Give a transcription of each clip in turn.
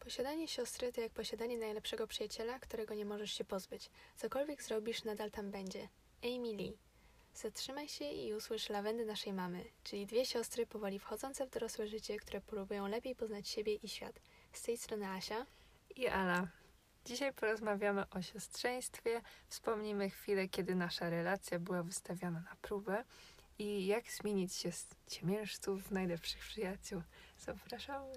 Posiadanie siostry to jak posiadanie najlepszego przyjaciela, którego nie możesz się pozbyć. Cokolwiek zrobisz, nadal tam będzie. Amy Lee. Zatrzymaj się i usłysz lawendy naszej mamy, czyli dwie siostry powoli wchodzące w dorosłe życie, które próbują lepiej poznać siebie i świat. Z tej strony Asia i Ala. Dzisiaj porozmawiamy o siostrzeństwie, wspomnimy chwilę, kiedy nasza relacja była wystawiana na próbę i jak zmienić się z ciemiężców w najlepszych przyjaciół. Zapraszamy!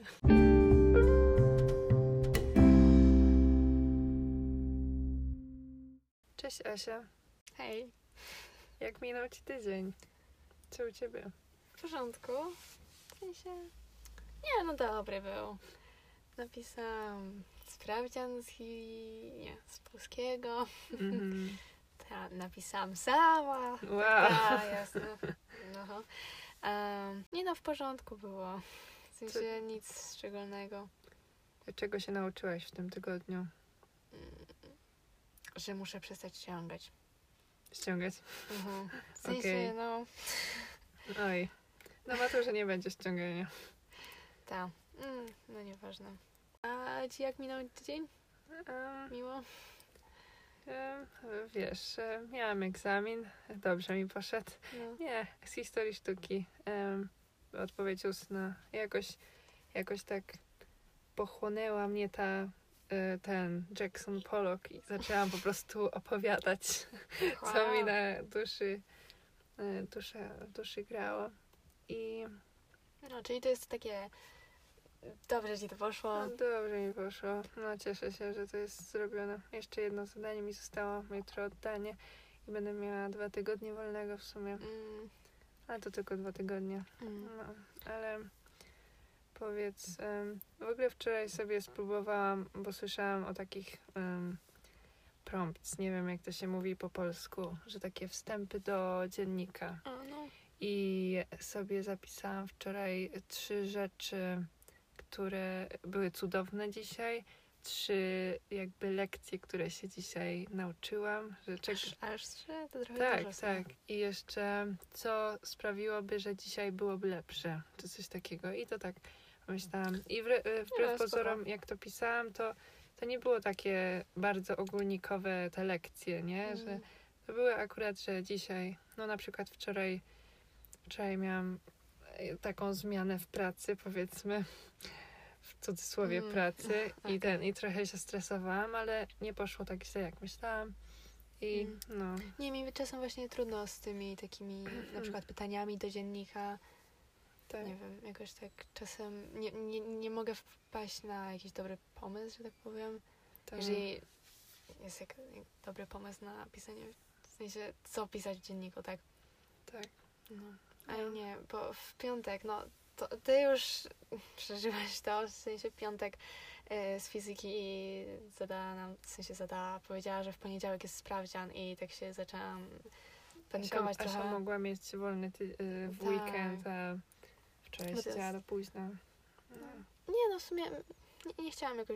Cześć Asia. Hej. Jak minął Ci tydzień? Co u Ciebie? W porządku? W sensie... Nie, no dobry był. Napisałam sprawdzian z polskiego. Napisałam sama. Wow. Tak, jasne. No. Nie no, w porządku było. W sensie nic szczególnego. Czego się nauczyłaś w tym tygodniu? Że muszę przestać ściągać. Ściągać? W sensie, Okej. no... Oj, na maturze nie będzie ściągania. Tak. No nieważne. A Ci jak minął tydzień? Miło? Wiesz, miałam egzamin, dobrze mi poszedł. No. Nie, z historii sztuki. Odpowiedź ustna. Jakoś tak pochłonęła mnie ten Jackson Pollock i zaczęłam po prostu opowiadać, co mi na duszy grało. I No, czyli to jest takie... Dobrze Ci to poszło. no, dobrze mi poszło. No, cieszę się, że to jest zrobione. Jeszcze jedno zadanie mi zostało, jutro oddanie i będę miała 2 tygodnie wolnego w sumie. Ale to tylko 2 tygodnie. No, ale powiedz, w ogóle wczoraj sobie spróbowałam, bo słyszałam o takich prompts, nie wiem jak to się mówi po polsku, że takie wstępy do dziennika. No. I sobie zapisałam wczoraj 3 rzeczy, które były cudowne dzisiaj. 3 jakby lekcje, które się dzisiaj nauczyłam. Że Aż 3? To trochę tak, dużo. tak. I jeszcze co sprawiłoby, że dzisiaj byłoby lepsze. Czy coś takiego. I to tak myślałam. I wbrew pozorom, jak to pisałam, to nie było takie bardzo ogólnikowe te lekcje, nie? Że to były akurat, że dzisiaj, no na przykład wczoraj miałam taką zmianę w pracy, powiedzmy, w cudzysłowie pracy i trochę się stresowałam, ale nie poszło tak źle, jak myślałam. I no. Nie, mi czasem właśnie trudno z tymi takimi na przykład pytaniami do dziennika. Tak. Nie wiem, jakoś tak czasem nie mogę wpaść na jakiś dobry pomysł, że tak powiem. Tak. Jeżeli jest jak dobry pomysł na pisanie, w sensie co pisać w dzienniku, tak? Tak. No. Ale nie, bo w piątek, no to ty już przeżyłaś to, w sensie w piątek z fizyki powiedziała, że w poniedziałek jest sprawdzian i tak się zaczęłam panikować trochę. Asia mogła mieć wolny w Tak. weekend, a wczoraj siedziała do późna. No. Nie, no w sumie nie chciałam jakoś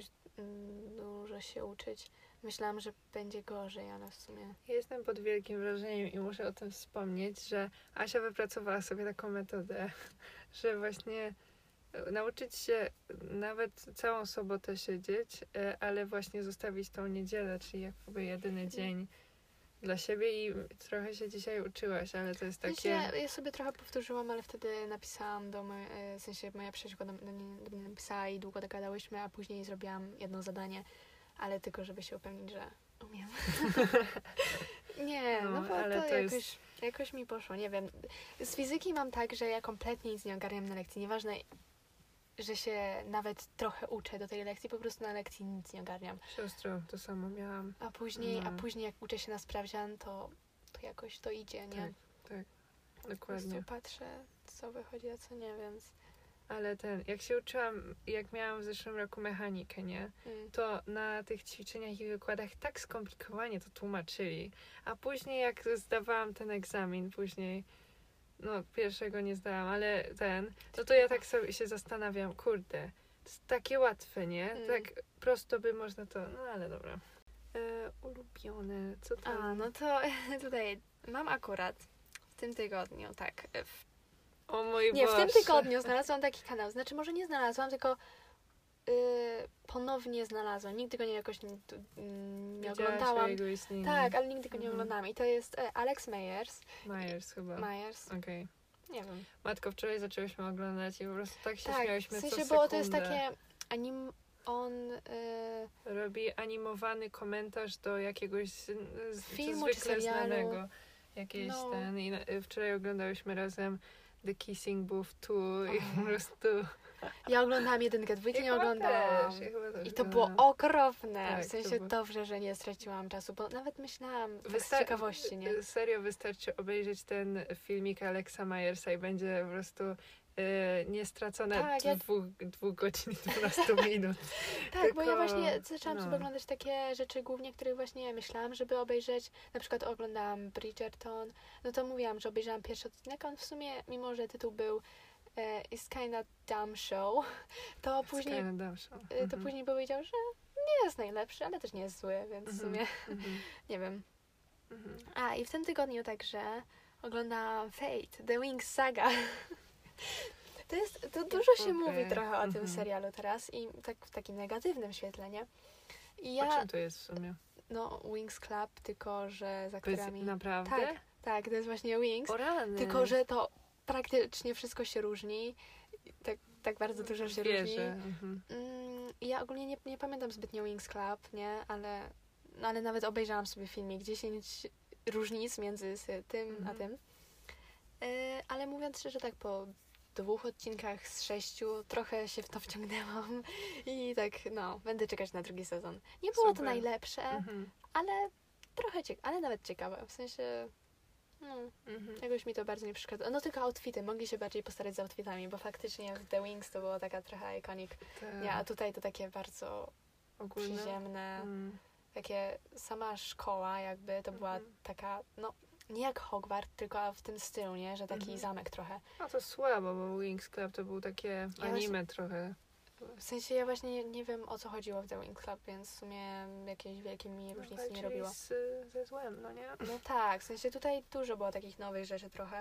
dużo się uczyć. Myślałam, że będzie gorzej, ale w sumie... Ja jestem pod wielkim wrażeniem i muszę o tym wspomnieć, że Asia wypracowała sobie taką metodę, że właśnie nauczyć się nawet całą sobotę siedzieć, ale właśnie zostawić tą niedzielę, czyli jakby jedyny dzień dla siebie i trochę się dzisiaj uczyłaś, ale to jest takie... Ja sobie trochę powtórzyłam, ale wtedy napisałam w sensie moja przyjaciółka do mnie napisała i długo gadałyśmy, a później zrobiłam jedno zadanie, ale tylko żeby się upewnić, że umiem. Nie, no bo ale to jest... jakoś mi poszło, nie wiem. Z fizyki mam tak, że ja kompletnie nic nie ogarniam na lekcji, nieważne, że się nawet trochę uczę do tej lekcji, po prostu na lekcji nic nie ogarniam. Siostro, to samo miałam. A później jak uczę się na sprawdzian, to jakoś to idzie, nie? Tak, dokładnie. Po prostu patrzę, co wychodzi, a co nie, więc... Ale jak się uczyłam, jak miałam w zeszłym roku mechanikę, nie? To na tych ćwiczeniach i wykładach tak skomplikowanie to tłumaczyli. A później jak zdawałam ten egzamin, no pierwszego nie zdałam, ale to ja tak sobie się zastanawiam, kurde, to jest takie łatwe, nie? Tak prosto by można to, no ale dobra. Ulubione, co tam? No to tutaj mam akurat w tym tygodniu, tak, O mój nie, Boże. w tym tygodniu znalazłam taki kanał. Znaczy, może nie znalazłam, tylko ponownie znalazłam. Nigdy go nie jakoś nie Wiedziałaś oglądałam. o jego istnieniu. Tak, ale nigdy go nie oglądałam. I to jest Alex Myers. Myers chyba. Myers. Okej. Nie wiem. Matko, wczoraj zaczęłyśmy oglądać i po prostu tak się Tak, śmiałyśmy w co sensie, sekundę. bo to jest takie on Robi animowany komentarz do jakiegoś filmu czy zwykle serialu. znanego. Jakieś No. ten. I wczoraj oglądałyśmy razem The Kissing Booth 2 i po prostu... Ja oglądałam 1, 2 nie oglądałam. Ja chyba też I to było okropne. Tak, w sensie to było- dobrze, że nie straciłam czasu, bo nawet myślałam tak z Wysta- ciekawości, nie? Serio wystarczy obejrzeć ten filmik Alexa Myersa i będzie po prostu niestracone Tak, ja- 2 godzin i 12 minut. Tak, bo ja tylko- właśnie zaczęłam no. sobie oglądać takie rzeczy głównie, których właśnie myślałam, żeby obejrzeć. Na przykład oglądałam Bridgerton. No to mówiłam, że obejrzałam pierwszy odcinek, a on w sumie, mimo że tytuł był It's kinda dumb show, to później, to później powiedział, że nie jest najlepszy, ale też nie jest zły, więc w sumie nie wiem. A i w tym tygodniu także oglądałam Fate, The Wings Saga. To dużo się mówi trochę o tym serialu teraz i tak w takim negatywnym świetle, nie? I O czym to jest w sumie? no Wings Club, tylko że z To jest aktorami... naprawdę? Tak, to jest właśnie Wings, O rany. tylko że to praktycznie wszystko się różni. Tak bardzo dużo się różni. Wierzę. Ja ogólnie nie pamiętam zbytnio Wings Club, nie? Ale nawet obejrzałam sobie filmik 10 różnic między tym a tym. Ale mówiąc szczerze, tak po 2 odcinkach z 6 trochę się w to wciągnęłam i tak, no, będę czekać na drugi sezon. Nie było to najlepsze, ale trochę ale nawet ciekawe, w sensie jakoś mi to bardzo nie przeszkadza. No tylko outfity, mogli się bardziej postarać z outfitami, bo faktycznie w The Wings to było taka trochę iconic, nie, a tutaj to takie bardzo ogólne. przyziemne, takie sama szkoła jakby, to była taka, no nie jak Hogwart, tylko w tym stylu, nie, że taki zamek trochę. No to słabo, bo Wings Club to był takie anime trochę. W sensie ja właśnie nie wiem, o co chodziło w The Wings Club, więc w sumie jakiejś wielkiej mi różnicy nie robiło. Ze złem, no nie? No tak, w sensie tutaj dużo było takich nowych rzeczy trochę,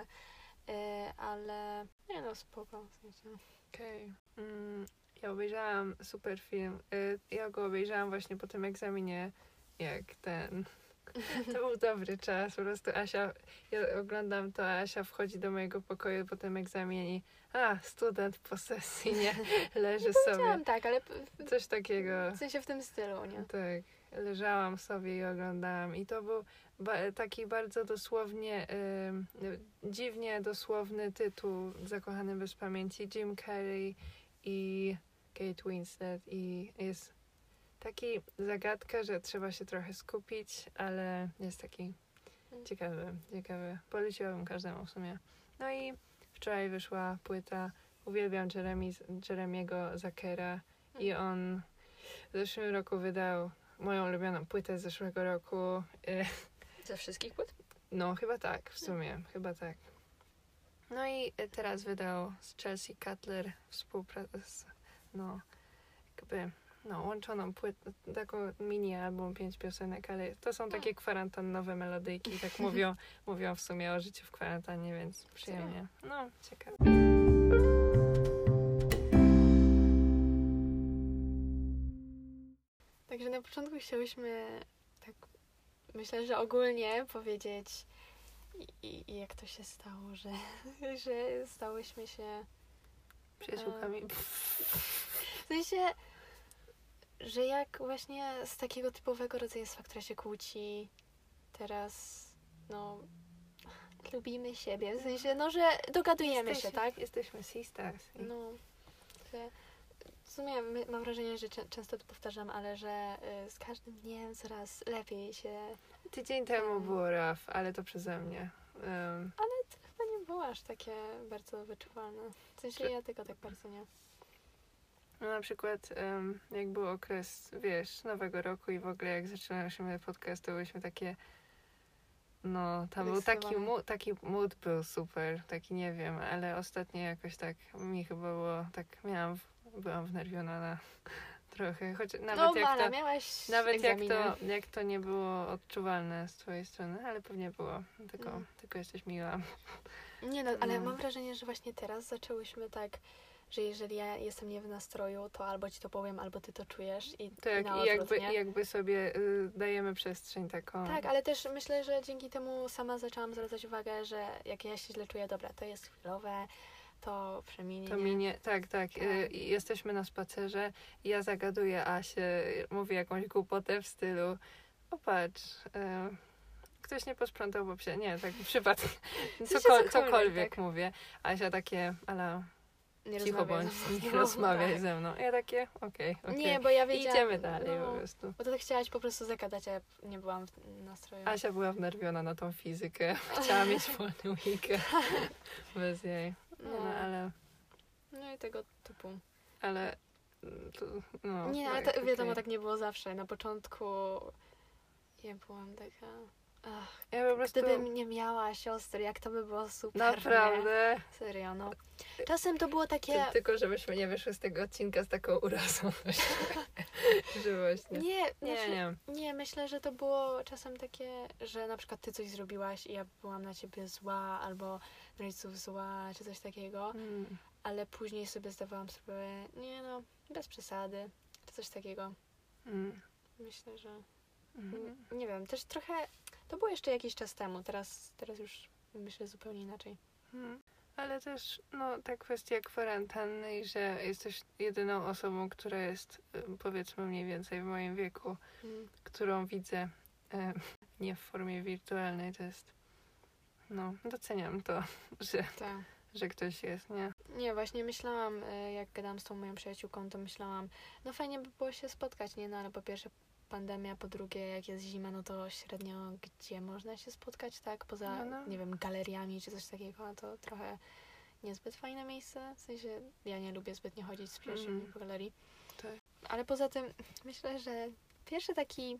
ale nie no, spoko, w sensie. Okej. Ja obejrzałam super film. Ja go obejrzałam właśnie po tym egzaminie, jak ten... To był dobry czas, po prostu Asia, ja oglądam to, a Asia wchodzi do mojego pokoju po tym egzaminie i student po sesji, nie? Leży sobie. Powiedziałam tak, ale Coś takiego. w sensie w tym stylu, nie? Tak, leżałam sobie i oglądałam i to był taki bardzo dosłownie, dziwnie dosłowny tytuł Zakochany bez pamięci, Jim Carrey i Kate Winslet i jest taki zagadka, że trzeba się trochę skupić, ale jest taki ciekawy. Poleciłabym każdemu w sumie. No i wczoraj wyszła płyta, uwielbiam Jeremiego Zuckera i on w zeszłym roku wydał moją ulubioną płytę z zeszłego roku. Ze wszystkich płyt? No, chyba tak, w sumie, chyba tak. No i teraz wydał z Chelsea Cutler współpracę łączoną płytę, taką mini album, 5 piosenek, ale to są takie kwarantannowe melodyjki, tak mówią w sumie o życiu w kwarantannie, więc przyjemnie. No, ciekawe. Także na początku chciałyśmy tak, myślę, że ogólnie powiedzieć i jak to się stało, że stałyśmy się Przyjaciółkami. w sensie, że jak właśnie z takiego typowego rodzeństwa, które się kłóci, teraz lubimy siebie, w sensie, że dogadujemy się, tak? Jesteśmy sisters. No, że w sumie mam wrażenie, że często to powtarzam, ale że z każdym dniem coraz lepiej się... Tydzień temu było rough, ale to przeze mnie. Ale to chyba nie było aż takie bardzo wyczuwalne. W sensie ja tego tak bardzo nie. No na przykład jak był okres, Nowego Roku i w ogóle jak zaczynaliśmy podcast, to byliśmy takie tam był taki mood był super, taki nie wiem, ale ostatnio jakoś tak mi chyba było, tak byłam wnerwiona trochę, choć nawet miałaś nawet jak to nie było odczuwalne z twojej strony, ale pewnie było, tylko jesteś miła. Nie ale mam wrażenie, że właśnie teraz zaczęłyśmy tak że jeżeli ja jestem nie w nastroju, to albo ci to powiem, albo ty to czujesz i Tak, na i odwrót, nie? jakby sobie dajemy przestrzeń taką. Tak, ale też myślę, że dzięki temu sama zaczęłam zwracać uwagę, że jak ja się źle czuję, dobra, to jest chwilowe, to przeminie. To minie, tak. Jesteśmy na spacerze, ja zagaduję Asię, mówię jakąś głupotę w stylu patrz, ktoś nie posprzątał po psie. Nie, tak przypadkiem. Cokolwiek tak. mówię. Asia takie, ale Nie cicho rozmawiaj bądź, ze mną. nie rozmawiaj Tak. ze mną. Ja takie, okej. Nie, bo ja I wiedziałam... idziemy dalej po prostu. Bo to tak chciałaś po prostu zagadać, a ja nie byłam w nastroju. Asia była wnerwiona na tą fizykę. Chciała mieć wolny weekend. Bez jej. Ale No i tego typu. to, no, Nie, ale tak, wiadomo, okej. tak nie było zawsze. Na początku ja byłam taka... Ach, Ja po prostu... gdybym nie miała siostry, jak to by było super. Naprawdę. Nie? Serio, no. Czasem to było takie... Tylko żebyśmy nie wyszły z tego odcinka z taką urazą. Że właśnie. Nie, myślę, że to było czasem takie, że na przykład ty coś zrobiłaś i ja byłam na ciebie zła, albo na rodziców zła, czy coś takiego, ale później sobie zdawałam sprawę, nie no, bez przesady, czy coś takiego. Myślę, że... Nie wiem, też trochę... To było jeszcze jakiś czas temu, teraz już myślę zupełnie inaczej. Ale też, ta kwestia kwarantanny i że jesteś jedyną osobą, która jest, powiedzmy mniej więcej w moim wieku, którą widzę nie w formie wirtualnej, to jest, doceniam to, Tak. że ktoś jest, nie? Nie, właśnie myślałam, jak gadałam z tą moją przyjaciółką, to myślałam, fajnie by było się spotkać, nie? No ale po pierwsze pandemia, po drugie jak jest zima, no to średnio gdzie można się spotkać, tak? Poza, nie wiem, galeriami czy coś takiego, no to trochę niezbyt fajne miejsce. W sensie ja nie lubię zbytnio chodzić z przyjaciółmi po galerii. Tak. Ale poza tym myślę, że pierwszy taki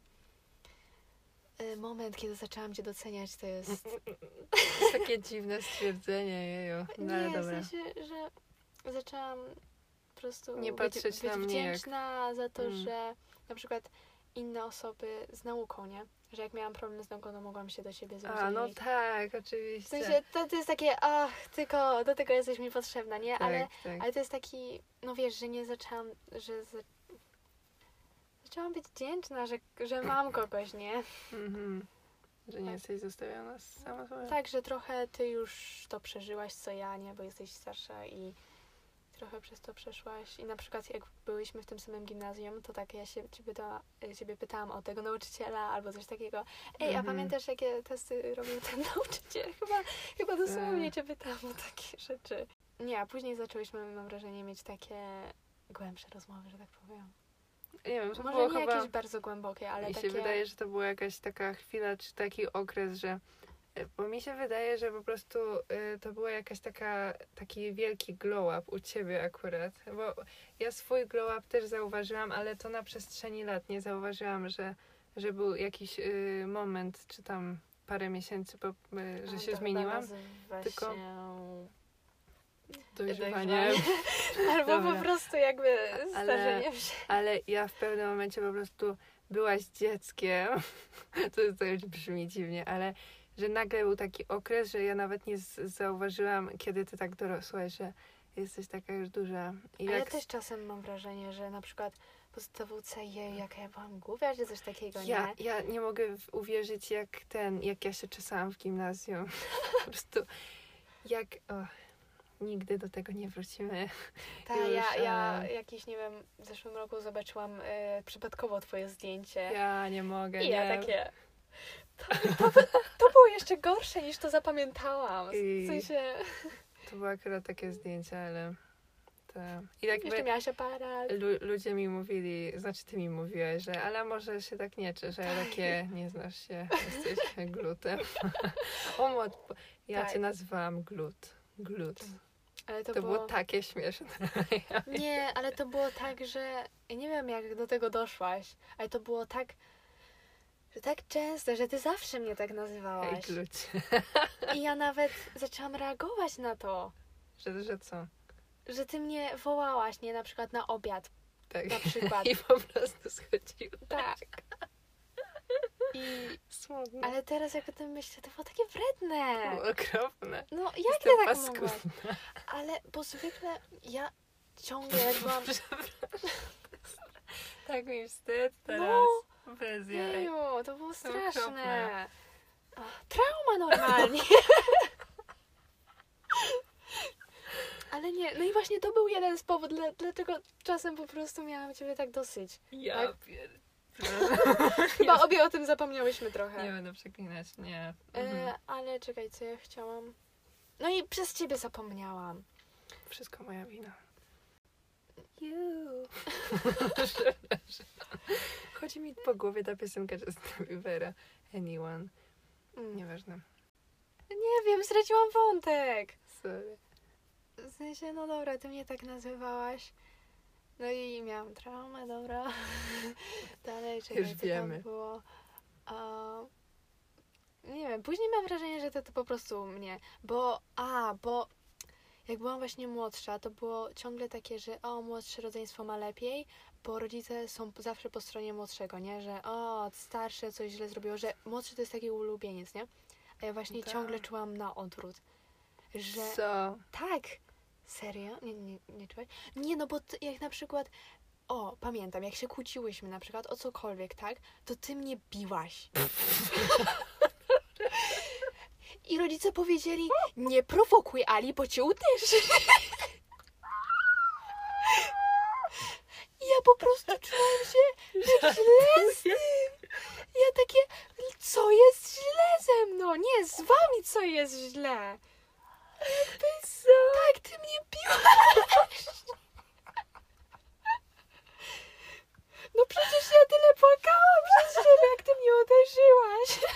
moment, kiedy zaczęłam cię doceniać, to jest... To jest takie dziwne stwierdzenie, jeju. No, ale nie, dobra. w sensie, że zaczęłam po prostu Nie patrzeć być na mnie wdzięczna za to, że na przykład inne osoby z nauką, nie? Że jak miałam problem z nauką, to mogłam się do ciebie zwrócić. A, no tak, oczywiście. W sensie, to jest takie, tylko do tego jesteś mi potrzebna, nie? Tak. Ale to jest taki, wiesz, że nie zaczęłam, zaczęłam być wdzięczna, że mam kogoś, nie? Że nie jesteś zostawiona sama sobie. Tak, że trochę ty już to przeżyłaś, co ja, nie? Bo jesteś starsza i trochę przez to przeszłaś. I na przykład jak byliśmy w tym samym gimnazjum, to tak ja się ciebie pytałam o tego nauczyciela albo coś takiego. Ej, a pamiętasz, jakie testy robił ten nauczyciel? Chyba dosłownie cię pytałam o takie rzeczy. Nie, a później zaczęłyśmy, mam wrażenie, mieć takie głębsze rozmowy, że tak powiem. Nie wiem, to może było nie chyba... jakieś bardzo głębokie, ale mi takie... się wydaje, że to była jakaś taka chwila, czy taki okres, że... Bo mi się wydaje, że po prostu to była jakaś taki wielki glow up u ciebie akurat. Bo ja swój glow up też zauważyłam, ale to na przestrzeni lat. Nie zauważyłam, że był jakiś moment, czy tam parę miesięcy, że się zmieniłam. Tylko dojrzewanie. Albo po prostu jakby starzenie się. Ale ja w pewnym momencie po prostu byłaś dzieckiem. To już brzmi dziwnie, ale że nagle był taki okres, że ja nawet nie zauważyłam, kiedy ty tak dorosłaś, że jesteś taka już duża. Ja też czasem mam wrażenie, że na przykład podstawówce, jaka ja byłam głupia, czy coś takiego, nie? Ja nie mogę uwierzyć, jak ja się czesałam w gimnazjum. Po prostu nigdy do tego nie wrócimy. Tak, ja jakiś, nie wiem, w zeszłym roku zobaczyłam przypadkowo twoje zdjęcie. Ja nie mogę, I ja takie... To było jeszcze gorsze, niż to zapamiętałam. W sensie... To było akurat takie zdjęcie, ale... I jeszcze miałaś aparat. Ludzie mi mówili, znaczy ty mi mówiłaś, że ale może się tak nie czy, że ja takie nie znasz się, jesteś glutem. Ja cię nazywałam glut. Ale to było takie śmieszne. Nie, ale to było tak, że ja nie wiem jak do tego doszłaś, ale to było tak, że tak często, że ty zawsze mnie tak nazywałaś. Hej, glucie. I ja nawet zaczęłam reagować na to. Że co? Że ty mnie wołałaś, nie? Na przykład na obiad. Tak. Na przykład. I po prostu schodziła. Tak. I... Smutne. Ale teraz jak o tym myślę, to było takie wredne. Było okropne. No jak ty tak mogłaś? Ale bo zwykle ja ciągle jak byłam... Tak mi wstyd teraz. No, Bez jaj. jeju, to było straszne. okropne. Trauma normalnie. Ale nie, no i właśnie to był jeden z powodów, dlaczego czasem po prostu miałam ciebie tak dosyć. Ja Tak? Chyba obie o tym zapomniałyśmy trochę. nie będę przeklinać, nie. Ale czekaj, co ja chciałam? No i przez ciebie zapomniałam. Wszystko moja wina. You. Chodzi mi po głowie ta piosenka Justina Biebera. Anyone. Nieważne. Nie wiem, straciłam wątek. Sorry. W sensie, no dobra, ty mnie tak nazywałaś. No i miałam traumę, dobra. Dalej, czekaj, Już co wiemy. tam było. Nie wiem, później mam wrażenie, że to po prostu mnie. Bo jak byłam właśnie młodsza, to było ciągle takie, że młodsze rodzeństwo ma lepiej, bo rodzice są zawsze po stronie młodszego, nie? Że starsze coś źle zrobiło, że młodszy to jest taki ulubieniec, nie? A ja właśnie Tak. ciągle czułam na odwrót. Że... Co? Tak. Serio? Nie czułaś? Nie, no bo jak na przykład... pamiętam, jak się kłóciłyśmy na przykład o cokolwiek, tak? To ty mnie biłaś. I rodzice powiedzieli, nie prowokuj Ali, bo cię uderzy. I ja po prostu czułam się źle z tym. Ja takie, co jest źle ze mną? Nie, z wami co jest źle? Co? Tak, ty mnie biłaś. No przecież ja tyle płakałam przez ciebie, jak ty mnie uderzyłaś.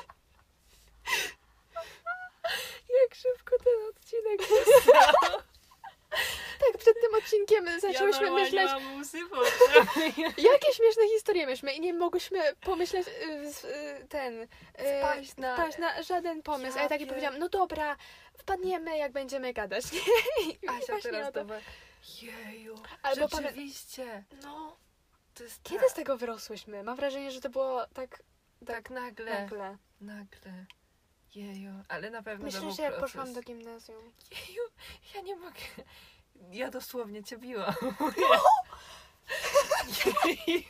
Jak szybko ten odcinek został. Tak, przed tym odcinkiem zaczęłyśmy myśleć, mam łzy w jakie śmieszne historie myśmy i nie mogłyśmy pomyśleć wpaść na żaden pomysł. A ja taki powiedziałam, no dobra, wpadniemy jak będziemy gadać. I Asia właśnie teraz o to. to jeju, Albo rzeczywiście. No, To jest kiedy z tego wyrosłyśmy? Mam wrażenie, że to było tak nagle. nagle. Jeju, ale na pewno to Myślę, był że jak proces. poszłam do gimnazjum. Jeju, ja nie mogę. Ja dosłownie cię biłam. Jeju.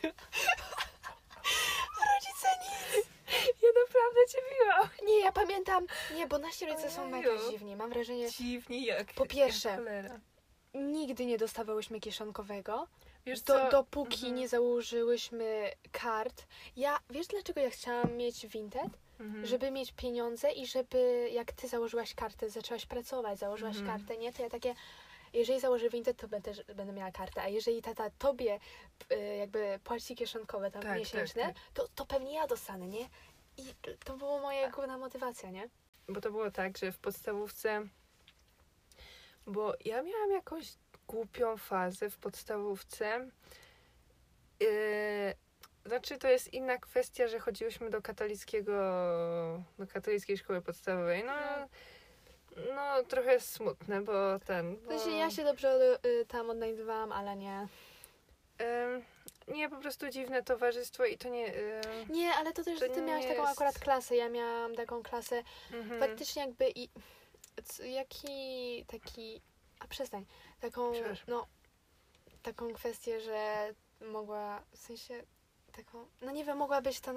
Rodzice nic! Ja naprawdę cię biłam. Nie, ja pamiętam. Nie, bo nasi rodzice są Ojeju. mega dziwni. Mam wrażenie, Dziwnie jak. Po pierwsze, jak cholera. nigdy nie dostawałyśmy kieszonkowego. Wiesz co? Dopóki nie założyłyśmy kart. Wiesz dlaczego ja chciałam mieć Vinted? Mhm. Żeby mieć pieniądze i żeby, jak ty założyłaś kartę, zaczęłaś pracować, założyłaś kartę, nie? To ja takie, jeżeli założę Vinted, to też będę miała kartę, a jeżeli tata tobie jakby płaci kieszonkowe tam Tak, miesięczne, tak. To pewnie ja dostanę, nie? I to była moja główna motywacja, nie? Bo to było tak, że w podstawówce, bo ja miałam jakąś głupią fazę w podstawówce. Znaczy to jest inna kwestia, że chodziłyśmy do katolickiej szkoły podstawowej. No trochę smutne, bo W sensie ja się dobrze tam odnajdywałam, ale nie. Nie, po prostu dziwne towarzystwo i to nie... Nie, ale to też to ty nie miałaś taką jest- akurat klasę, ja miałam taką klasę faktycznie jakby przestań, taką, Przepraszam. no, taką kwestię, że mogła, w sensie, taką, no nie wiem, mogłabyś to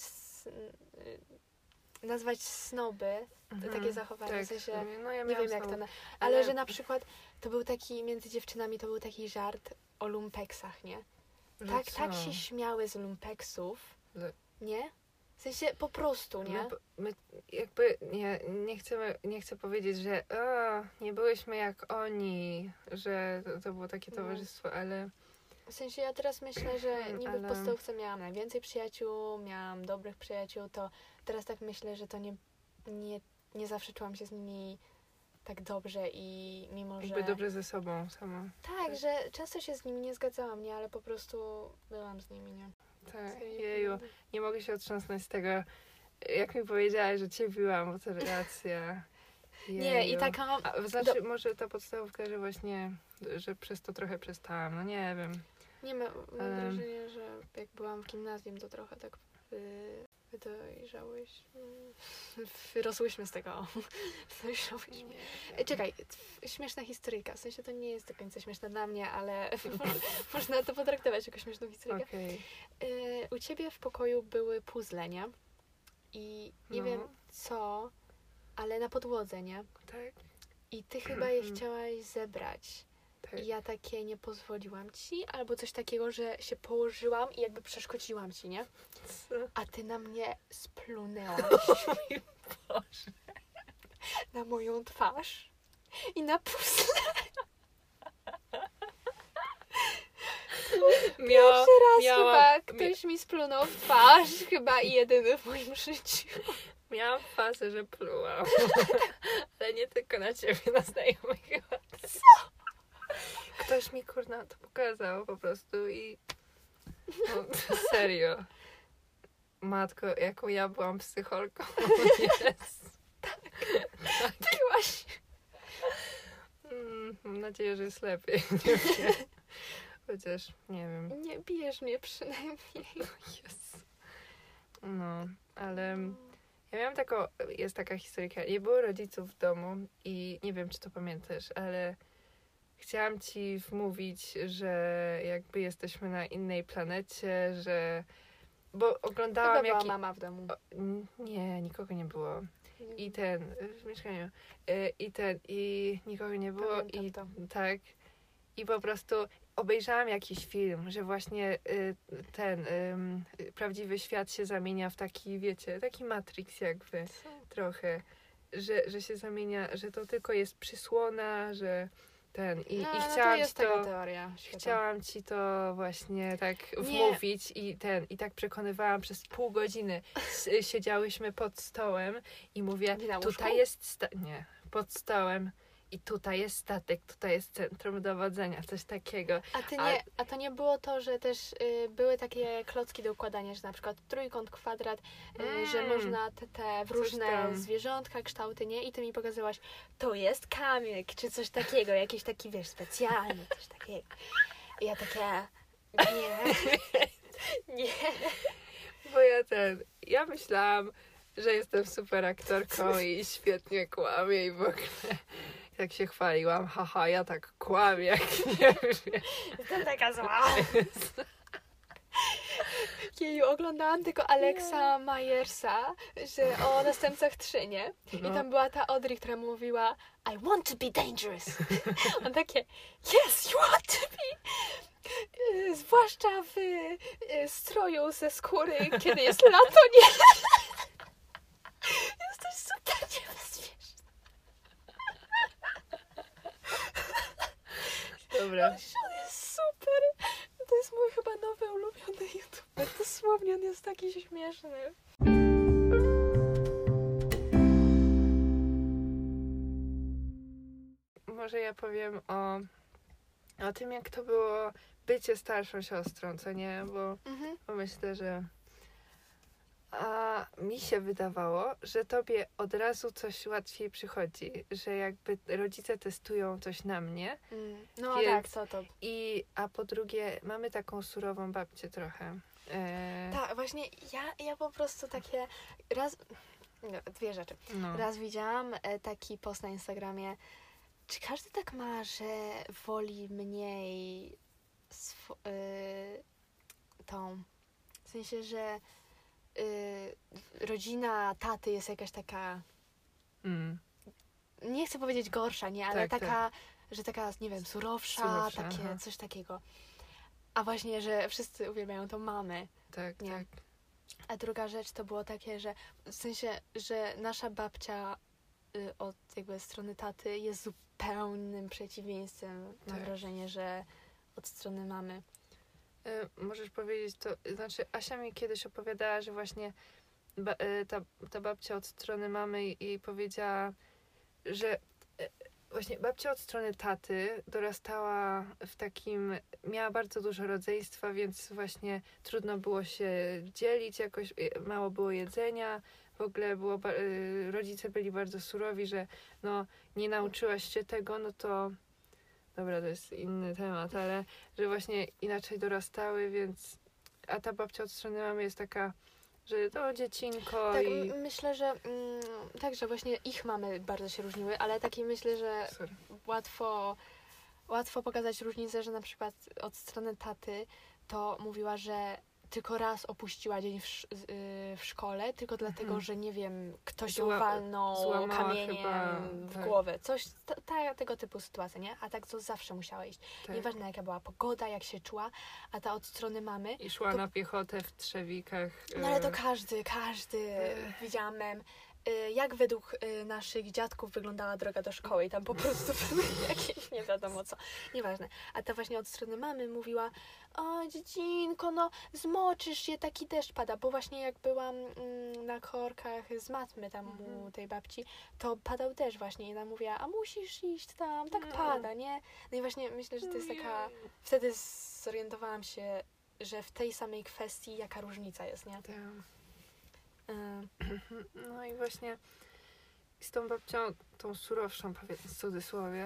nazwać snoby, takie zachowanie, tak, w sensie, no ja nie miałam wiem jak to, znowu- ale że na przykład to był taki, między dziewczynami to był taki żart o lumpeksach, nie? że Tak co? się śmiały z lumpeksów, Że- nie? W sensie po prostu, nie? My jakby nie chcę powiedzieć, że nie byłyśmy jak oni, że to było takie No. towarzystwo, ale W sensie ja teraz myślę, że niby w Ale- podstawówce miałam najwięcej przyjaciół, miałam dobrych przyjaciół, to teraz tak myślę, że to nie zawsze czułam się z nimi tak dobrze i mimo, że... jakby dobrze ze sobą sama. Tak, że często się z nimi nie zgadzałam, nie? Ale po prostu byłam z nimi, nie? Tak, Serio, jeju, nie mogę się otrząsnąć z tego, jak mi powiedziałaś, że cię biłam, bo to racja. Nie, i Jeju. taka... Znaczy, może ta podstawówka, że właśnie, że przez to trochę przestałam, no nie wiem. Nie, mam wrażenie, że jak byłam w gimnazjum, to trochę tak Wyrosłyśmy z tego. Dojrzałyśmy. Czekaj, śmieszna historyjka. W sensie to nie jest do końca śmieszne dla mnie, ale można to potraktować jako śmieszną historyjkę. Okej. U ciebie w pokoju były puzzle, nie? I nie wiem co, ale na podłodze, nie? Tak? I ty chyba je chciałaś zebrać. Tak. I ja takie nie pozwoliłam ci, albo coś takiego, że się położyłam i jakby przeszkodziłam ci, nie? Co? A ty na mnie splunęłaś. Boże. Na moją twarz i na puzzle. Pierwszy raz chyba ktoś mi splunął w twarz, chyba i jedyny w moim życiu. Miałam fazę, że plułam. Ale nie tylko na ciebie, na znajomych chyba. Co? Ktoś mi kurna to pokazał po prostu i... No, serio. Matko, jaką ja byłam psycholką. Jest. Tak. Byłaś. Mam nadzieję, że jest lepiej. Nie wiem. Chociaż, nie wiem. Nie bijesz mnie przynajmniej. Jezu. No, ale ja miałam jest taka historyjka. Nie było rodziców w domu i nie wiem, czy to pamiętasz, ale chciałam ci wmówić, że jakby jesteśmy na innej planecie, że... Bo oglądałam... Chyba była mama w domu. Nie, nikogo nie było. I w mieszkaniu. I nikogo nie było. Pamiętam to. Tak. I po prostu obejrzałam jakiś film, że właśnie prawdziwy świat się zamienia w taki, wiecie, taki Matrix jakby trochę. Że się zamienia, że to tylko jest przysłona, że i chciałam to jest ci to... taka teoria świata. Chciałam ci to właśnie tak wmówić i tak przekonywałam przez pół godziny. Siedziałyśmy pod stołem i mówię, tutaj jest nie, pod stołem i tutaj jest statek, tutaj jest centrum dowodzenia, coś takiego. A to nie było to, że też były takie klocki do układania, że na przykład trójkąt, kwadrat, że można te w różne zwierzątka, kształty, nie? I ty mi pokazywałaś, to jest kamyk, czy coś takiego, jakiś taki, wiesz, specjalny, coś takiego. I ja takie, nie. Bo ja myślałam, że jestem super aktorką i świetnie kłamię i w ogóle... Jak się chwaliłam, haha, ja tak kłamię, jak nie wiem. Jestem taka zła. Jeju, oglądałam tylko Alexa Myersa, że o Następcach 3, nie? I tam była ta Audrey, która mówiła I want to be dangerous. On takie, yes, you want to be. Zwłaszcza w stroju ze skóry, kiedy jest lato, nie? Jesteś super niebezpieczna. Dobra. On jest super. To jest mój chyba nowy ulubiony YouTuber. Dosłownie on jest taki śmieszny. Może ja powiem o tym, jak to było bycie starszą siostrą, co nie? Bo myślę, że mi się wydawało, że tobie od razu coś łatwiej przychodzi, że jakby rodzice testują coś na mnie. No więc, tak, co to? A po drugie, mamy taką surową babcię trochę. Tak, właśnie ja po prostu takie dwie rzeczy. No. Raz widziałam taki post na Instagramie, czy każdy tak ma, że woli mniej w sensie, że rodzina taty jest jakaś taka nie chcę powiedzieć gorsza, nie, ale taka, że taka, nie wiem, surowsza takie, coś takiego. A właśnie, że wszyscy uwielbiają tą mamę. Tak, nie? tak. A druga rzecz to było takie, że w sensie, że nasza babcia od jakby strony taty jest zupełnym przeciwieństwem. Mam wrażenie, że od strony mamy. Możesz powiedzieć to, znaczy Asia mi kiedyś opowiadała, że właśnie ta babcia od strony mamy jej powiedziała, że właśnie babcia od strony taty dorastała w takim, miała bardzo dużo rodzeństwa, więc właśnie trudno było się dzielić, jakoś mało było jedzenia, w ogóle rodzice byli bardzo surowi, że no nie nauczyłaś się tego, no to dobra, to jest inny temat, ale że właśnie inaczej dorastały, więc a ta babcia od strony mamy jest taka że to dziecinko Tak, i... myślę, że tak, że właśnie ich mamy bardzo się różniły, ale taki myślę, że Sorry. łatwo pokazać różnicę, że na przykład od strony taty to mówiła, że tylko raz opuściła dzień w szkole, tylko dlatego, że nie wiem, ktoś ją walnął złamała kamieniem chyba, w tak. głowę. Coś, tego typu sytuacja, nie? A tak to zawsze musiała iść. Tak. Nieważne jaka była pogoda, jak się czuła, a ta od strony mamy... I szła na piechotę w Trzewikach. No ale to każdy widziałam mem. Jak według naszych dziadków wyglądała droga do szkoły i tam po prostu były jakieś nie wiadomo co. Nieważne. A ta właśnie od strony mamy mówiła: o dziecinko, no zmoczysz się, taki deszcz pada. Bo właśnie jak byłam na korkach z matmy tam u tej babci, to padał deszcz właśnie i ona mówiła: a musisz iść tam, tak pada, nie? No i właśnie myślę, że to jest taka... Wtedy zorientowałam się, że w tej samej kwestii jaka różnica jest, nie? Tak. No i właśnie z tą babcią, tą surowszą, powiedzmy w cudzysłowie,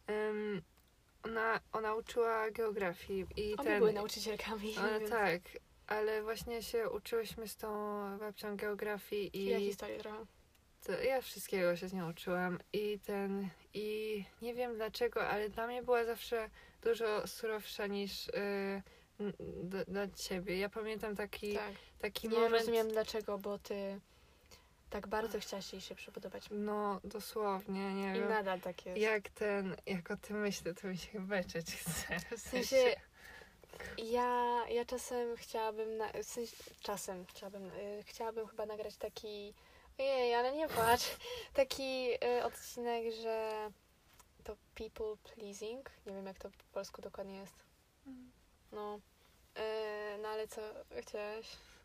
ona uczyła geografii i One były nauczycielkami. Więc... Tak, ale właśnie się uczyłyśmy z tą babcią geografii i... Ja historię trochę. Ja wszystkiego się z nią uczyłam i nie wiem dlaczego, ale dla mnie była zawsze dużo surowsza niż dla ciebie. Ja pamiętam taki Nie moment... rozumiem dlaczego, bo ty tak bardzo chciałaś jej się przypodobać. No, dosłownie, nie I wiem. nadal tak jest. Jak o tym myślę, to mi się beczeć chce. W sensie, ja czasem chciałabym, chciałabym chyba nagrać taki, ojej, ale nie płacz, taki odcinek, że to people pleasing, nie wiem jak to po polsku dokładnie jest. No, no ale co chciałaś?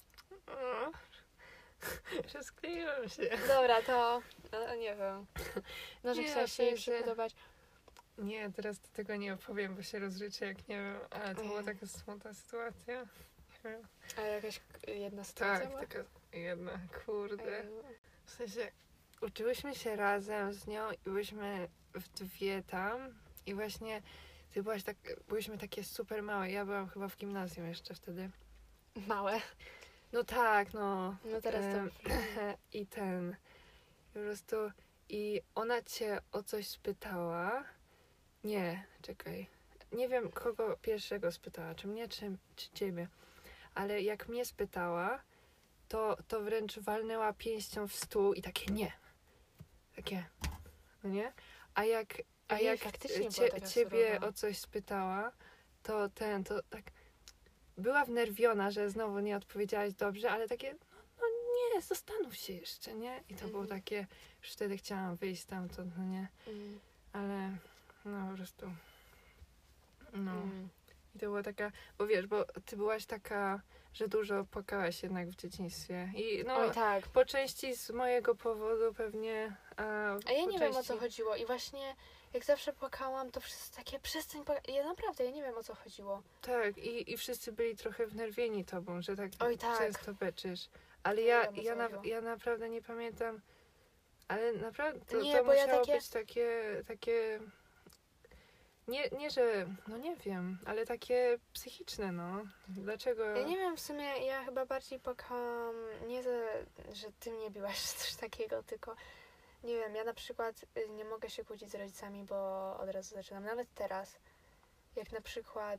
Rozkleiłam się. Dobra, to nie wiem. No, że Nie, chciałaś w się jej sensie- przypodobać. Nie, teraz do tego nie opowiem, bo się rozryczę, jak nie wiem, ale to była taka smutna sytuacja. Nie wiem. Ale jakaś jedna sytuacja Tak, była? taka jedna, kurde. Ej, W sensie, uczyłyśmy się razem z nią i byliśmy w dwie tam i właśnie ty byłaś byliśmy takie super małe. Ja byłam chyba w gimnazjum jeszcze wtedy. małe. No tak, no. No teraz to... I po prostu, i ona cię o coś spytała. Nie, czekaj. Nie wiem, kogo pierwszego spytała, czy mnie, czy ciebie. Ale jak mnie spytała, to wręcz walnęła pięścią w stół i takie nie. Takie, no nie? A jak faktycznie była taka ciebie surowa. o coś spytała, to tak była wnerwiona, że znowu nie odpowiedziałaś dobrze, ale takie, no nie, zastanów się jeszcze, nie? I to było takie, już wtedy chciałam wyjść stamtąd, no nie? Ale no po prostu, no. I to była taka, bo wiesz, bo ty byłaś taka, że dużo płakałaś jednak w dzieciństwie. I no, Oj, tak. po części z mojego powodu pewnie, A ja po nie wiem, o części... co chodziło. I właśnie jak zawsze płakałam, to wszyscy takie przestań płakać. Ja naprawdę, ja nie wiem, o co chodziło. Tak, i wszyscy byli trochę wnerwieni tobą, że tak Oj, tak. często beczysz. Ale Nie wiem, o co chodziło. ja naprawdę nie pamiętam, ale naprawdę Nie, to bo ja musiało takie- być takie nie, że, no nie wiem, ale takie psychiczne, no. Dlaczego? Ja nie wiem, w sumie ja chyba bardziej płakałam nie że ty mnie biłaś czy coś takiego, tylko nie wiem, ja na przykład nie mogę się kłócić z rodzicami, bo od razu zaczynam. Nawet teraz, jak na przykład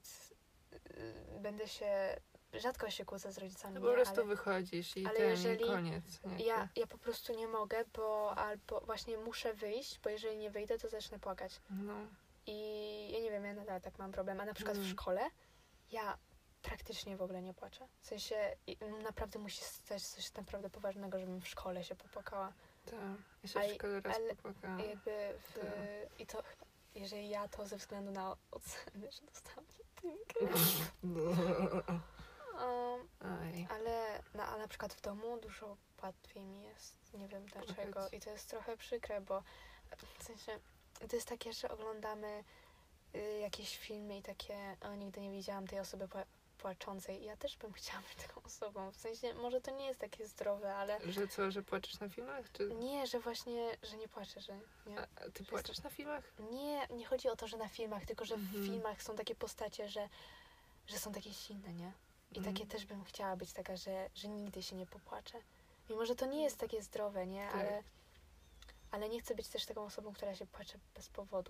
rzadko się kłócę z rodzicami, To po nie? prostu wychodzisz i ale ten, jeżeli i koniec. Nie? Ja po prostu nie mogę, bo albo właśnie muszę wyjść, bo jeżeli nie wyjdę, to zacznę płakać. No. I ja nie wiem, ja nadal tak mam problem. A na przykład w szkole ja praktycznie w ogóle nie płaczę. W sensie naprawdę musi stać coś naprawdę poważnego, żebym w szkole się popłakała. Tak, ja się w szkole raz popłakałam. Jakby i to chyba, jeżeli ja to ze względu na oceny, że dostałam jedynkę. Ale na przykład w domu dużo łatwiej mi jest. Nie wiem dlaczego. I to jest trochę przykre, bo w sensie to jest takie, że oglądamy jakieś filmy i takie, nigdy nie widziałam tej osoby płaczącej. I ja też bym chciała być taką osobą. W sensie, może to nie jest takie zdrowe, ale... Że co, że płaczesz na filmach? Czy... Nie, że właśnie, że nie płaczę, że nie. A ty płaczesz na filmach? Nie chodzi o to, że na filmach, tylko że w filmach są takie postacie, że są takie silne, nie? I takie też bym chciała być taka, że nigdy się nie popłaczę. Mimo, że to nie jest takie zdrowe, nie? Tak. Ale nie chcę być też taką osobą, która się płacze bez powodu.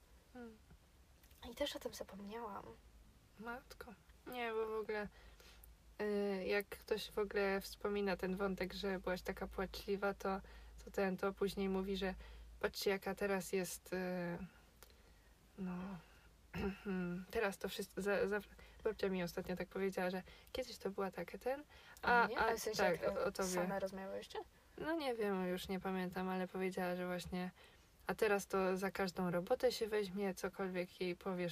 I też o tym zapomniałam. Matko. Nie, bo w ogóle jak ktoś w ogóle wspomina ten wątek, że byłaś taka płaczliwa, to później mówi, że patrzcie, jaka teraz jest teraz to wszystko babcia mi ostatnio tak powiedziała, że kiedyś to była taka A w sensie, tak, jak o tobie. same rozmawiałyście? No nie wiem, już nie pamiętam, ale powiedziała, że właśnie a teraz to za każdą robotę się weźmie, cokolwiek jej powiesz,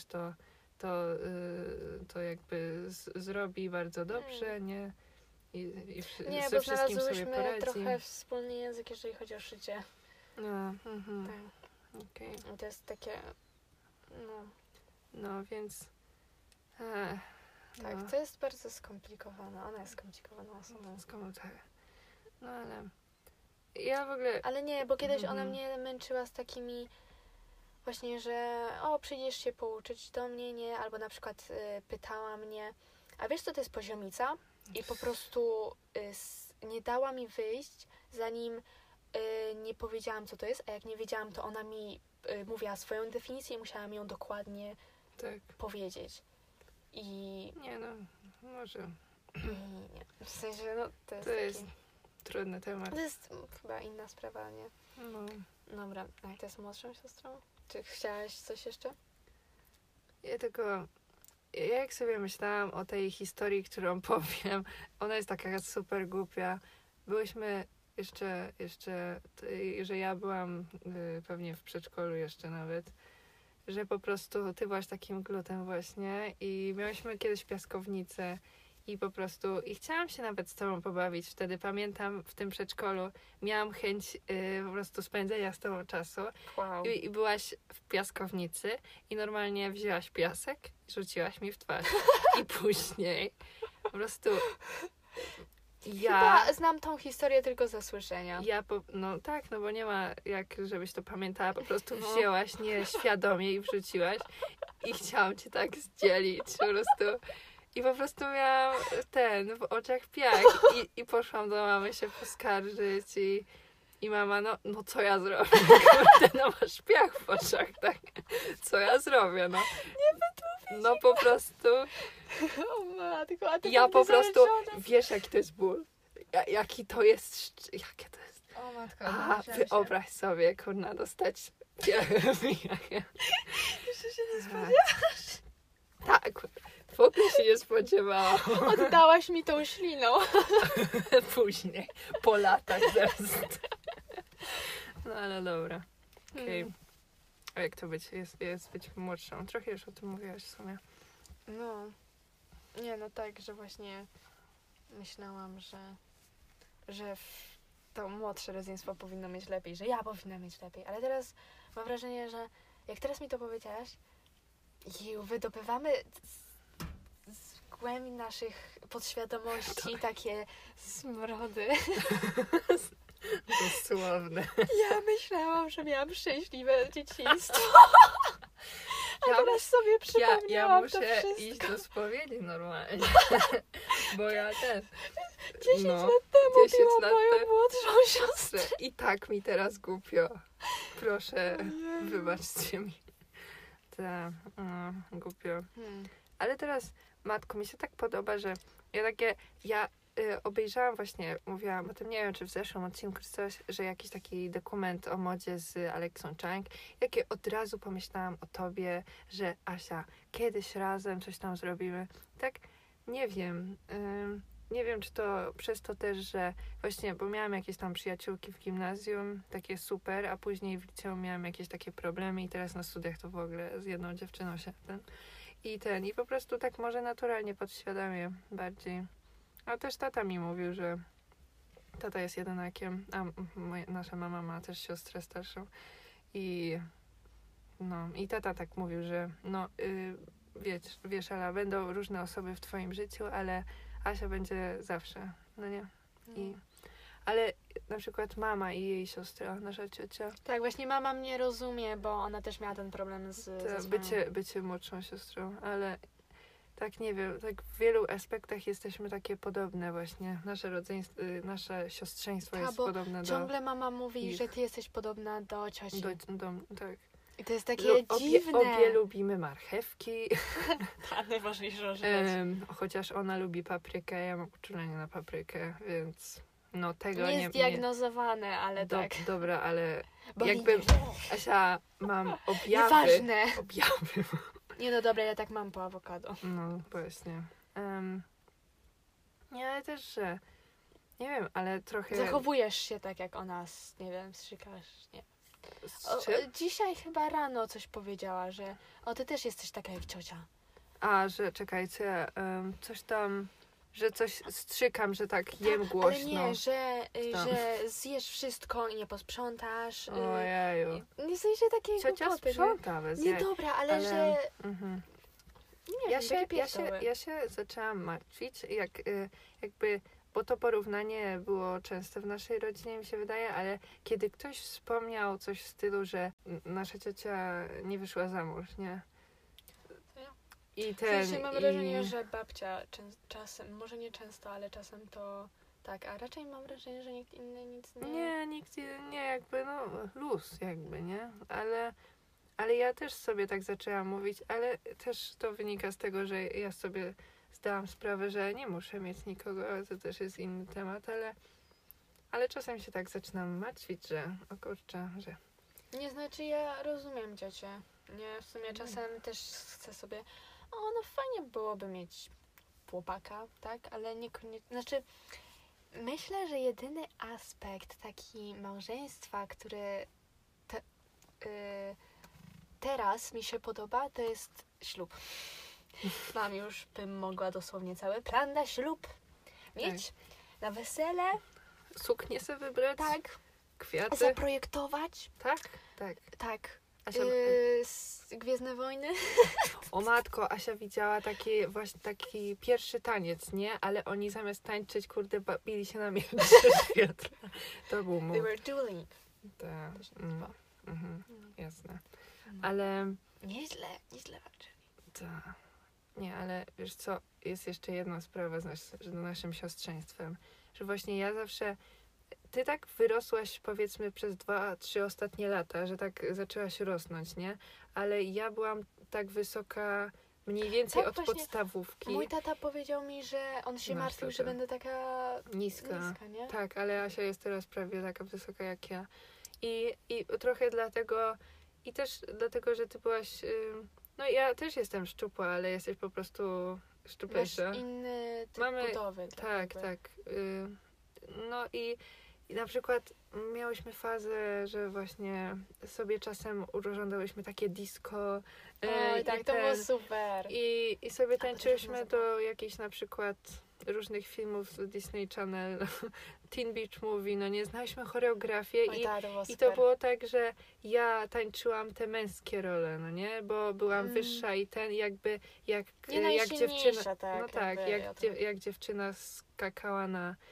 to jakby zrobi bardzo dobrze, nie? I Nie, ze bo wszystkim sobie znalazłyśmy poradzi. trochę wspólny język, jeżeli chodzi o szycie. No, Tak. okej. I to jest takie... No, więc... Tak, no. to jest bardzo skomplikowane. Ona jest skomplikowaną osobą. Tak. No ale... Ja w ogóle... Ale nie, bo kiedyś ona mnie męczyła z takimi właśnie, że przyjdziesz się pouczyć do mnie, nie? Albo na przykład pytała mnie, a wiesz co to jest poziomica? I po prostu nie dała mi wyjść, zanim nie powiedziałam co to jest, a jak nie wiedziałam, to ona mi mówiła swoją definicję i musiałam ją dokładnie powiedzieć. I... Nie no, może... Nie. W sensie, to jest trudny temat. To jest chyba inna sprawa, nie? No. Dobra, a ty jest młodszą siostrą? Czy chciałaś coś jeszcze? Ja jak sobie myślałam o tej historii, którą powiem, ona jest taka super głupia. Byłyśmy jeszcze że ja byłam pewnie w przedszkolu jeszcze nawet, że po prostu ty byłaś takim glutem właśnie i miałyśmy kiedyś piaskownicę i po prostu chciałam się nawet z tobą pobawić. Wtedy pamiętam w tym przedszkolu miałam chęć po prostu spędzenia z tobą czasu. Wow. I byłaś w piaskownicy i normalnie wzięłaś piasek i rzuciłaś mi w twarz. I później po prostu Chyba znam tą historię tylko ze słyszenia. No tak, no bo nie ma jak, żebyś to pamiętała. Po prostu wzięłaś nieświadomie i wrzuciłaś i chciałam cię tak zdzielić po prostu. I po prostu miałam w oczach piach i poszłam do mamy się poskarżyć i mama, no co ja zrobię? Kurde, no masz piach w oczach, tak? Co ja zrobię, no? Nie wytłupię. No po prostu... O matko, a ty ja po prostu... zależona. Wiesz, jaki to jest ból? Jakie to jest... Jakie to jest... O matko. Wyobraź sobie, kurna, dostać piach. Jeszcze się nie spodziewasz. Tak, w ogóle się nie spodziewałam. Oddałaś mi tą śliną. Później, po latach zaraz. No ale dobra. Okej. A jak to być? Jest być młodszą. Trochę już o tym mówiłaś w sumie. No. Nie, no tak, że właśnie myślałam, że to młodsze rodzeństwo powinno mieć lepiej, że ja powinna mieć lepiej. Ale teraz mam wrażenie, że jak teraz mi to powiedziałaś, wydobywamy z głębi naszych podświadomości takie smrody. Dosłowne. Ja myślałam, że miałam szczęśliwe dzieciństwo. A teraz sobie przypomniałam ja muszę to wszystko. iść do spowiedzi normalnie. Bo ja też. 10 lat temu 10 byłam lat moją młodszą siostrę. I tak mi teraz głupio. Proszę, wybaczcie mi. Głupio. Ale teraz, matko, mi się tak podoba, że ja obejrzałam właśnie, mówiłam o tym, nie wiem, czy w zeszłym odcinku czy coś, że jakiś taki dokument o modzie z Aleksą Chang, jakie od razu pomyślałam o tobie, że Asia, kiedyś razem coś tam zrobimy. Tak, nie wiem. Nie wiem, czy to przez to też, że właśnie, bo miałam jakieś tam przyjaciółki w gimnazjum, takie super, a później w liceum miałam jakieś takie problemy i teraz na studiach to w ogóle z jedną dziewczyną się i po prostu tak może naturalnie podświadomie bardziej. A też tata mi mówił, że tata jest jedynakiem, a nasza mama ma też siostrę starszą i tata tak mówił, że wiesz, Ala, będą różne osoby w twoim życiu, ale Asia będzie zawsze, no nie? Ale na przykład mama i jej siostra, nasza ciocia. Tak, właśnie mama mnie rozumie, bo ona też miała ten problem z bycie młodszą siostrą, ale tak nie wiem, tak w wielu aspektach jesteśmy takie podobne właśnie. Nasze rodzeństwo, nasze siostrzeństwo jest bo podobne ciągle mama mówi, ich. że ty jesteś podobna do cioci. tak. I to jest takie dziwne. Obie lubimy marchewki. Ta najważniejsza rzecz. Chociaż ona lubi paprykę, ja mam uczulenie na paprykę, więc no tego Nie zdiagnozowane, ale tak. Dobra, ale Bo jakby Asia, mam objawy. Nieważne. Objawy. Nie no dobra, ja tak mam po awokado. No właśnie. Nie, ale też, że nie wiem, ale trochę... Zachowujesz się tak jak ona, nie wiem, strzykasz, nie. Dzisiaj chyba rano coś powiedziała, że ty też jesteś taka jak ciocia. Że czekajcie, coś tam, że coś strzykam, że tak jem głośno. Ale nie, że zjesz wszystko i nie posprzątasz. Ojeju. Nie sensie takiej Ciocia głupoty, sprząta bez nie dobra, ale że... Nie Ja się zaczęłam martwić, jakby, bo to porównanie było częste w naszej rodzinie, mi się wydaje, ale kiedy ktoś wspomniał coś w stylu, że nasza ciocia nie wyszła za mąż, nie? I mam wrażenie, że babcia czasem, może nie często, ale czasem to tak, a raczej mam wrażenie, że nikt inny nic nie... Nie, nikt nie, jakby luz jakby, nie? Ale ja też sobie tak zaczęłam mówić, ale też to wynika z tego, że ja sobie zdałam sprawę, że nie muszę mieć nikogo, ale to też jest inny temat, ale czasem się tak zaczynam martwić, że o kurczę, że... Nie, znaczy ja rozumiem ciocię. Nie, w sumie czasem też chcę sobie, no fajnie byłoby mieć chłopaka, tak? Ale niekoniecznie, znaczy myślę, że jedyny aspekt taki małżeństwa, który teraz mi się podoba, to jest ślub. Mam już, bym mogła dosłownie cały plan na ślub mieć, na wesele. Suknię sobie wybrać. Tak. Kwiaty. Zaprojektować. Tak. Tak. Asia, Gwiezdne Wojny. O matko, Asia widziała taki pierwszy taniec, nie? Ale oni zamiast tańczyć, kurde, bili się na miecze światła. To był mój. They were dueling. Tak. Jasne. Ale... Nieźle walczyli. Tak. Nie, ale wiesz co, jest jeszcze jedna sprawa z naszym siostrzeństwem, że właśnie ja zawsze... Ty tak wyrosłaś, powiedzmy, przez 2-3 ostatnie lata, że tak zaczęłaś rosnąć, nie? Ale ja byłam tak wysoka mniej więcej tak, od podstawówki. Mój tata powiedział mi, że on się martwił, że będę taka niska, nie? Tak, ale Asia jest teraz prawie taka wysoka jak ja. I trochę dlatego, i też dlatego, że ty byłaś... No ja też jestem szczupła, ale jesteś po prostu szczuplejsza. Masz inny typ budowy. Tak. No i na przykład miałyśmy fazę, że właśnie sobie czasem urządzałyśmy takie disco. Oj, tak, to było super. I sobie tańczyłyśmy do jakichś na przykład różnych filmów z Disney Channel, Teen Beach Movie, no nie, znaliśmy choreografię i to było tak, że ja tańczyłam te męskie role, no nie, bo byłam wyższa i jakby jak dziewczyna, tak, no tak, jak dziewczyna skakała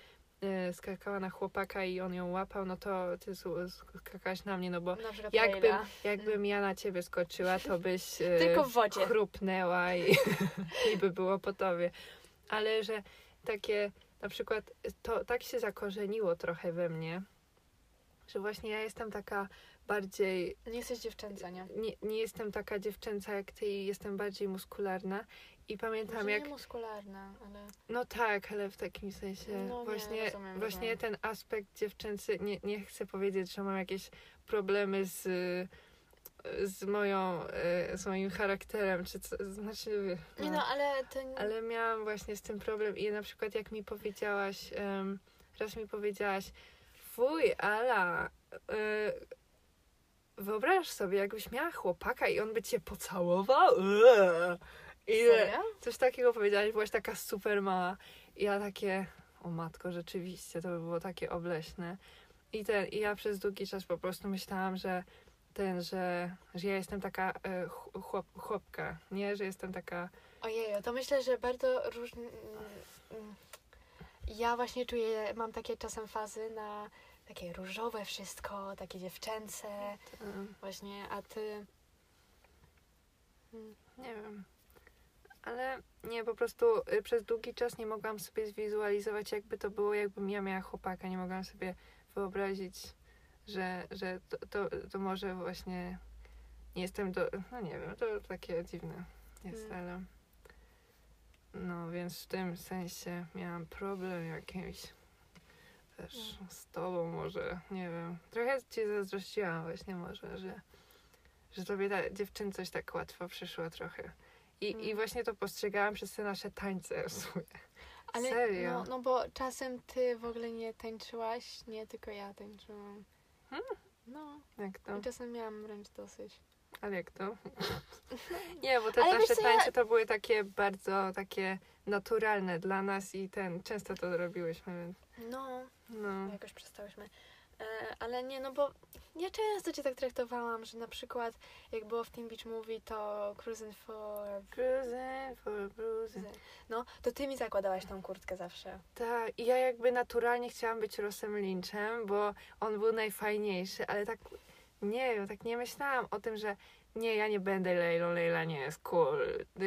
na chłopaka i on ją łapał, no to ty skakałaś na mnie, no bo jakbym ja na ciebie skoczyła, to byś tylko w wodzie chrupnęła i by było po tobie. Ale że takie, na przykład, to tak się zakorzeniło trochę we mnie, że właśnie ja jestem taka bardziej... Nie jesteś dziewczęca, nie? Nie jestem taka dziewczęca jak ty i jestem bardziej muskularna. I pamiętam może jak... nie muskularna, ale... No tak, ale w takim sensie właśnie ten aspekt dziewczęcy, nie chcę powiedzieć, że mam jakieś problemy z moim charakterem, czy co, znaczy... No. Nie no, ale miałam właśnie z tym problem i na przykład jak mi powiedziałaś, raz mi powiedziałaś, fuj, Ala, wyobrażasz sobie, jakbyś miała chłopaka i on by cię pocałował? Serio? Coś takiego powiedziałaś, byłaś taka super mała. I ja takie, o matko, rzeczywiście, to by było takie obleśne. I ja przez długi czas po prostu myślałam, że ja jestem taka chłopka, nie? Że jestem taka... Ojej, to myślę, że bardzo różnie... Ja właśnie czuję, mam takie czasem fazy na takie różowe wszystko, takie dziewczęce. Właśnie, a ty... Nie wiem. Ale nie, po prostu przez długi czas nie mogłam sobie zwizualizować, jakby to było, jakbym ja miała chłopaka. Nie mogłam sobie wyobrazić, że to może właśnie nie jestem no nie wiem, to takie dziwne jest, ale no, więc w tym sensie miałam problem jakiś też z tobą może, nie wiem. Trochę ci zazdrościłam właśnie może, że tobie ta dziewczyncość tak łatwo przyszła trochę. I właśnie to postrzegałam przez te nasze tańce w sumie. Ale Serio? no bo czasem ty w ogóle nie tańczyłaś, nie tylko ja tańczyłam. No. Jak to? I czasem miałam wręcz dosyć. Ale jak to? Nie, bo te Ale nasze wiesz co, tańce to były takie bardzo takie naturalne dla nas i często to robiłyśmy, więc No, jakoś przestałyśmy. Ale nie, no bo ja często cię tak traktowałam, że na przykład jak było w Teen Beach Movie, to Cruising for... Bruising. No, to ty mi zakładałaś tą kurtkę zawsze. Tak, i ja jakby naturalnie chciałam być Rossem Lynchem, bo on był najfajniejszy, ale tak nie wiem, tak nie myślałam o tym, że nie, ja nie będę Leilą, Leila nie jest cool,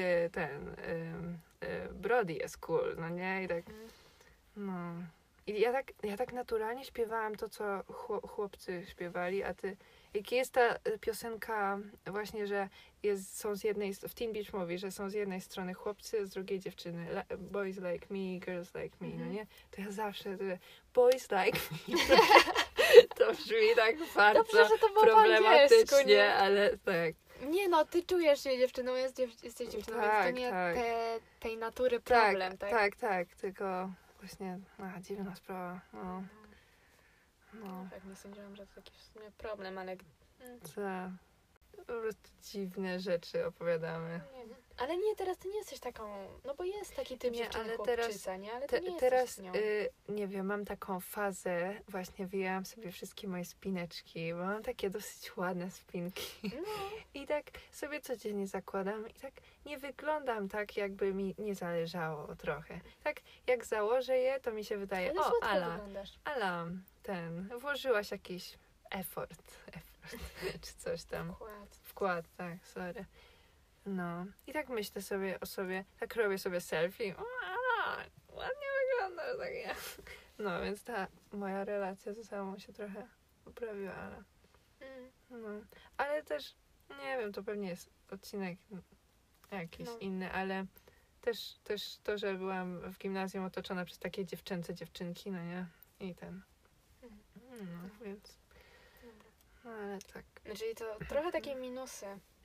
Brody jest cool, no nie, i tak, no. I ja tak naturalnie śpiewałam to, co chłopcy śpiewali, a ty, jak jest ta piosenka właśnie, że są z jednej, w Teen Beach mówi, że są z jednej strony chłopcy, z drugiej dziewczyny, boys like me, girls like me, no nie? To ja zawsze, boys like me, to brzmi tak bardzo Dobrze, że to było problematycznie, nie? ale tak. Nie no, ty czujesz się dziewczyną, jesteś dziewczyną, więc to nie tej natury problem, tak? Tak, tylko właśnie, dziwna sprawa, No. Tak, nie sądziłam, że to taki w sumie problem, ale... Tak. Po prostu dziwne rzeczy opowiadamy. Ale nie, teraz ty nie jesteś taką, no bo jest taki typ dziewczyny chłopczyca, nie? Ale ty nie teraz, jesteś nią. nie wiem, mam taką fazę, właśnie wyjęłam sobie wszystkie moje spineczki, bo mam takie dosyć ładne spinki. No. I tak sobie codziennie zakładam i tak nie wyglądam tak, jakby mi nie zależało trochę. Tak jak założę je, to mi się wydaje, Ala, włożyłaś jakiś effort, czy coś tam. Wkład, tak, sorry. No. I tak myślę sobie o sobie, tak robię sobie selfie. Ładnie wyglądasz, tak ja. No, więc ta moja relacja ze sobą się trochę poprawiła, ale... No. Ale też, nie wiem, to pewnie jest odcinek jakiś inny, ale też to, że byłam w gimnazjum otoczona przez takie dziewczynki, no nie? I no, więc... No, ale tak. Czyli to trochę takie minusy.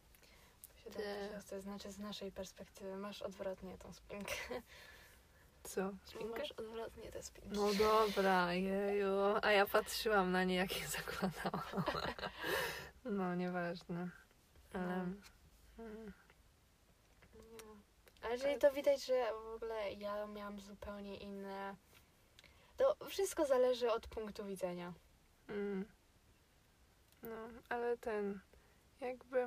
To znaczy z naszej perspektywy masz odwrotnie tą spinkę. Co? Spinkę? Masz odwrotnie tę spinkę. No dobra, jeju. A ja patrzyłam na nie, jak je zakładałam. No, nieważne. Ale... Ale jeżeli to widać, że w ogóle ja miałam zupełnie inne... To wszystko zależy od punktu widzenia. No, ale jakby...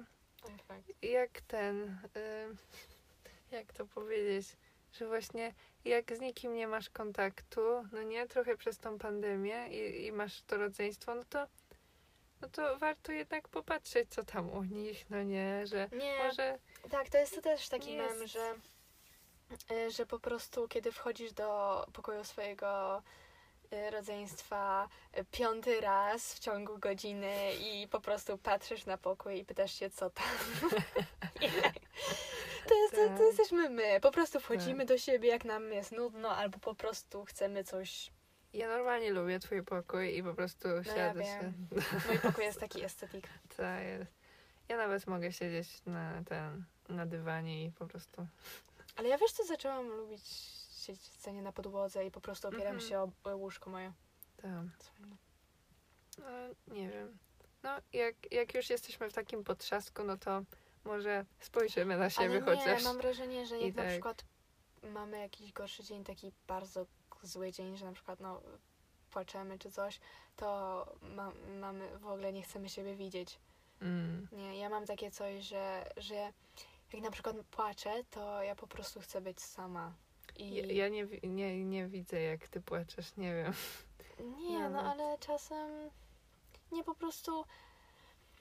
Jak to powiedzieć, że właśnie jak z nikim nie masz kontaktu, no nie, trochę przez tą pandemię i masz to rodzeństwo, no to warto jednak popatrzeć, co tam u nich, no nie, że może... Tak, to jest to też taki mem, że po prostu kiedy wchodzisz do pokoju swojego rodzeństwa 5. raz w ciągu godziny i po prostu patrzysz na pokój i pytasz się, co tam. To jesteśmy my. Po prostu wchodzimy do siebie, jak nam jest nudno, albo po prostu chcemy coś... Ja normalnie lubię twój pokój i po prostu siadę się. Mój pokój jest taki estetyk. Tak jest. Ja nawet mogę siedzieć na dywanie i po prostu... Ale ja wiesz co, zaczęłam lubić siedzenie na podłodze i po prostu opieram się o łóżko moje. Tak. No, nie wiem. No, jak już jesteśmy w takim potrzasku, no to może spojrzymy na siebie chociaż. Mam wrażenie, że jak na przykład mamy jakiś gorszy dzień, taki bardzo zły dzień, że na przykład płaczemy czy coś, to mamy w ogóle nie chcemy siebie widzieć. Nie, ja mam takie coś, że jak na przykład płaczę, to ja po prostu chcę być sama. Ja nie widzę, jak ty płaczesz, nie wiem. Nie, ale czasem... Nie, po prostu...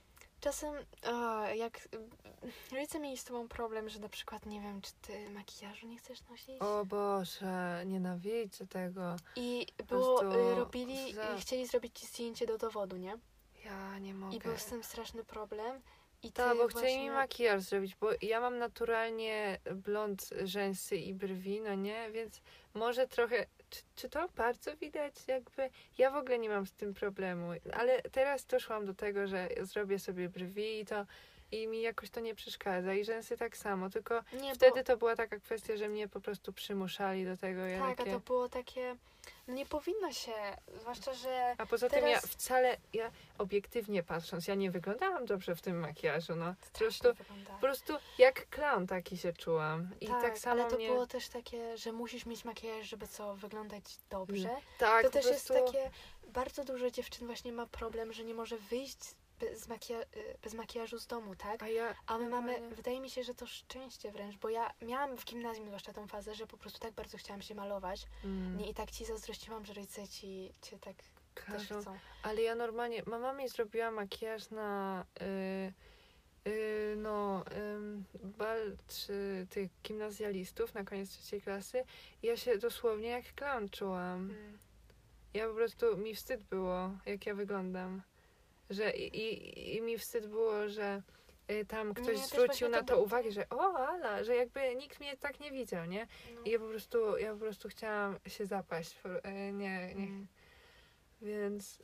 Czasem jak rodzice mieli z tobą problem, że na przykład nie wiem, czy ty makijażu nie chcesz nosić. O Boże, nienawidzę tego. I prostu robili, chcieli zrobić ci zdjęcie do dowodu, nie? Ja nie mogę. I był z tym straszny problem. I ty Tak, bo właśnie... chcieli mi makijaż zrobić, bo ja mam naturalnie blond rzęsy i brwi, no nie? Więc może trochę... Czy to bardzo widać? Jakby ja w ogóle nie mam z tym problemu, ale teraz doszłam do tego, że zrobię sobie brwi i mi jakoś to nie przeszkadza i rzęsy tak samo, tylko Nie, wtedy to była taka kwestia, że mnie po prostu przymuszali do tego. Ja tak, takie... a to było takie... No nie powinno się, zwłaszcza, że A poza tym ja obiektywnie patrząc, ja nie wyglądałam dobrze w tym makijażu, no. Po prostu jak clown taki się czułam. I tak samo ale to było też takie, że musisz mieć makijaż, żeby wyglądać dobrze. Tak, to też jest takie, bardzo dużo dziewczyn właśnie ma problem, że nie może wyjść bez makijażu z domu, tak? A my mamy, wydaje mi się, że to szczęście wręcz, bo ja miałam w gimnazjum zwłaszcza tą fazę, że po prostu tak bardzo chciałam się malować. Nie, i tak ci zazdrościłam, że rodzice cię tak też chcą. Ale ja normalnie, mama mi zrobiła makijaż na bal tych gimnazjalistów na koniec 3. klasy i ja się dosłownie jak clown czułam. Ja po prostu, mi wstyd było, jak ja wyglądam. Że i mi wstyd było, że tam ktoś zwrócił na to uwagę, że Ala, że jakby nikt mnie tak nie widział, nie? No. I ja po prostu chciałam się zapaść. Nie. Więc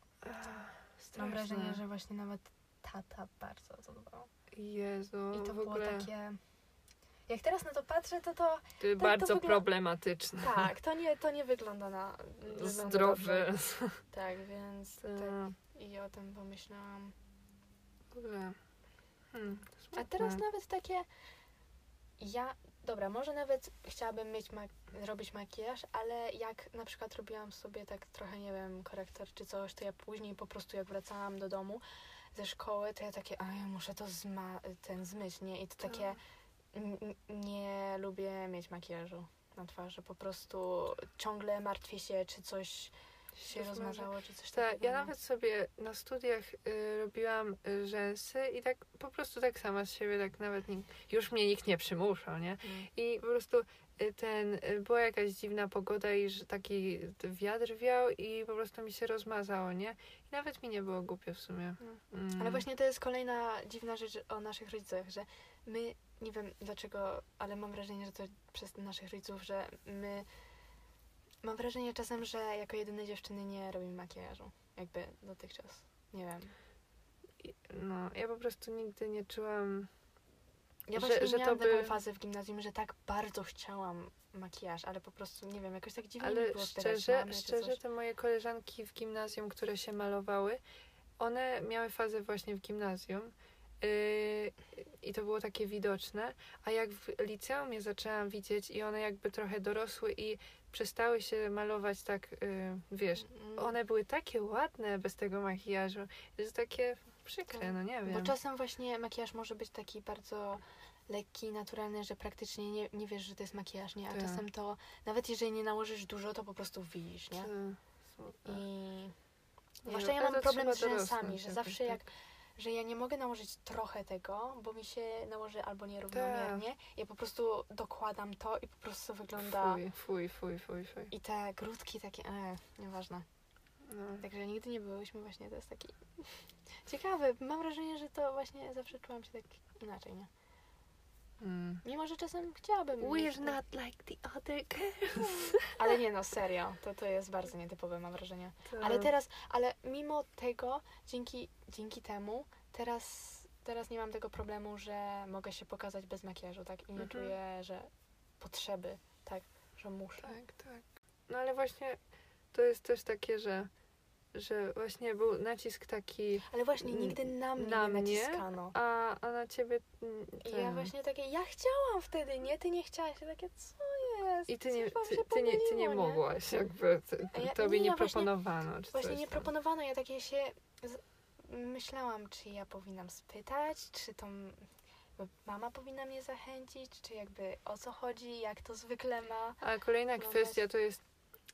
mam wrażenie, że właśnie nawet tata bardzo to dbał. Jezu, i to w ogóle... było takie... Jak teraz na to patrzę, to bardzo problematyczne. Tak, to nie wygląda na zdrowy. Tak, więc tak. I o tym pomyślałam. W ogóle. A teraz nawet takie... Dobra, może nawet chciałabym robić makijaż, ale jak na przykład robiłam sobie tak trochę, nie wiem, korektor czy coś, to ja później po prostu jak wracałam do domu ze szkoły, to ja takie, ja muszę to zmyć, nie? I to takie... Nie lubię mieć makijażu na twarzy. Po prostu ciągle martwię się, czy coś się rozmazało, czy coś takiego. Ja nawet sobie na studiach robiłam rzęsy i tak po prostu tak sama z siebie, tak nawet już mnie nikt nie przymuszał, nie? I po prostu była jakaś dziwna pogoda i że taki wiatr wiał i po prostu mi się rozmazało, nie? I nawet mi nie było głupio w sumie. Ale właśnie to jest kolejna dziwna rzecz o naszych rodzicach, że my, nie wiem dlaczego, ale mam wrażenie, że to przez naszych rodziców, że mam wrażenie czasem, że jako jedyne dziewczyny nie robimy makijażu. Jakby dotychczas. Nie wiem. Ja po prostu nigdy nie czułam... Ja właśnie miałam taką fazę w gimnazjum, że tak bardzo chciałam makijaż, ale po prostu, nie wiem, jakoś tak dziwnie mi było szczerze, te moje koleżanki w gimnazjum, które się malowały, one miały fazę właśnie w gimnazjum i to było takie widoczne, a jak w liceum je zaczęłam widzieć i one jakby trochę dorosły i przestały się malować tak, wiesz, one były takie ładne bez tego makijażu, że jest takie przykre, no nie wiem. Bo czasem właśnie makijaż może być taki bardzo lekki, naturalny, że praktycznie nie wiesz, że to jest makijaż, nie? A czasem to, nawet jeżeli nie nałożysz dużo, to po prostu widzisz, nie? I zwłaszcza ja mam problem z rzęsami, że zawsze że ja nie mogę nałożyć trochę tego, bo mi się nałoży albo nierównomiernie. Ja po prostu dokładam to i po prostu wygląda... Fuj. I te grudki takie, nieważne. Także nigdy nie byłyśmy właśnie, to jest taki ciekawe. Mam wrażenie, że to właśnie zawsze czułam się tak inaczej, nie? Mimo, że czasem chciałabym... We're not like the other girls. Ale nie, serio. To jest bardzo nietypowe, mam wrażenie. Ale mimo tego, dzięki temu, teraz nie mam tego problemu, że mogę się pokazać bez makijażu, tak? I nie czuję, że potrzeby, tak? Że muszę. Tak. No ale właśnie to jest też takie, że właśnie był nacisk taki... Ale właśnie nigdy na mnie nie naciskano. A na ciebie... I ja właśnie takie, ja chciałam wtedy, nie? Ty nie chciałaś. Ja takie, co jest? I ty nie mogłaś, jakby tobie nie proponowano. Właśnie nie proponowano, ja takie się... Myślałam, czy ja powinnam spytać, czy to mama powinna mnie zachęcić, czy jakby o co chodzi, jak to zwykle ma. A kolejna kwestia to jest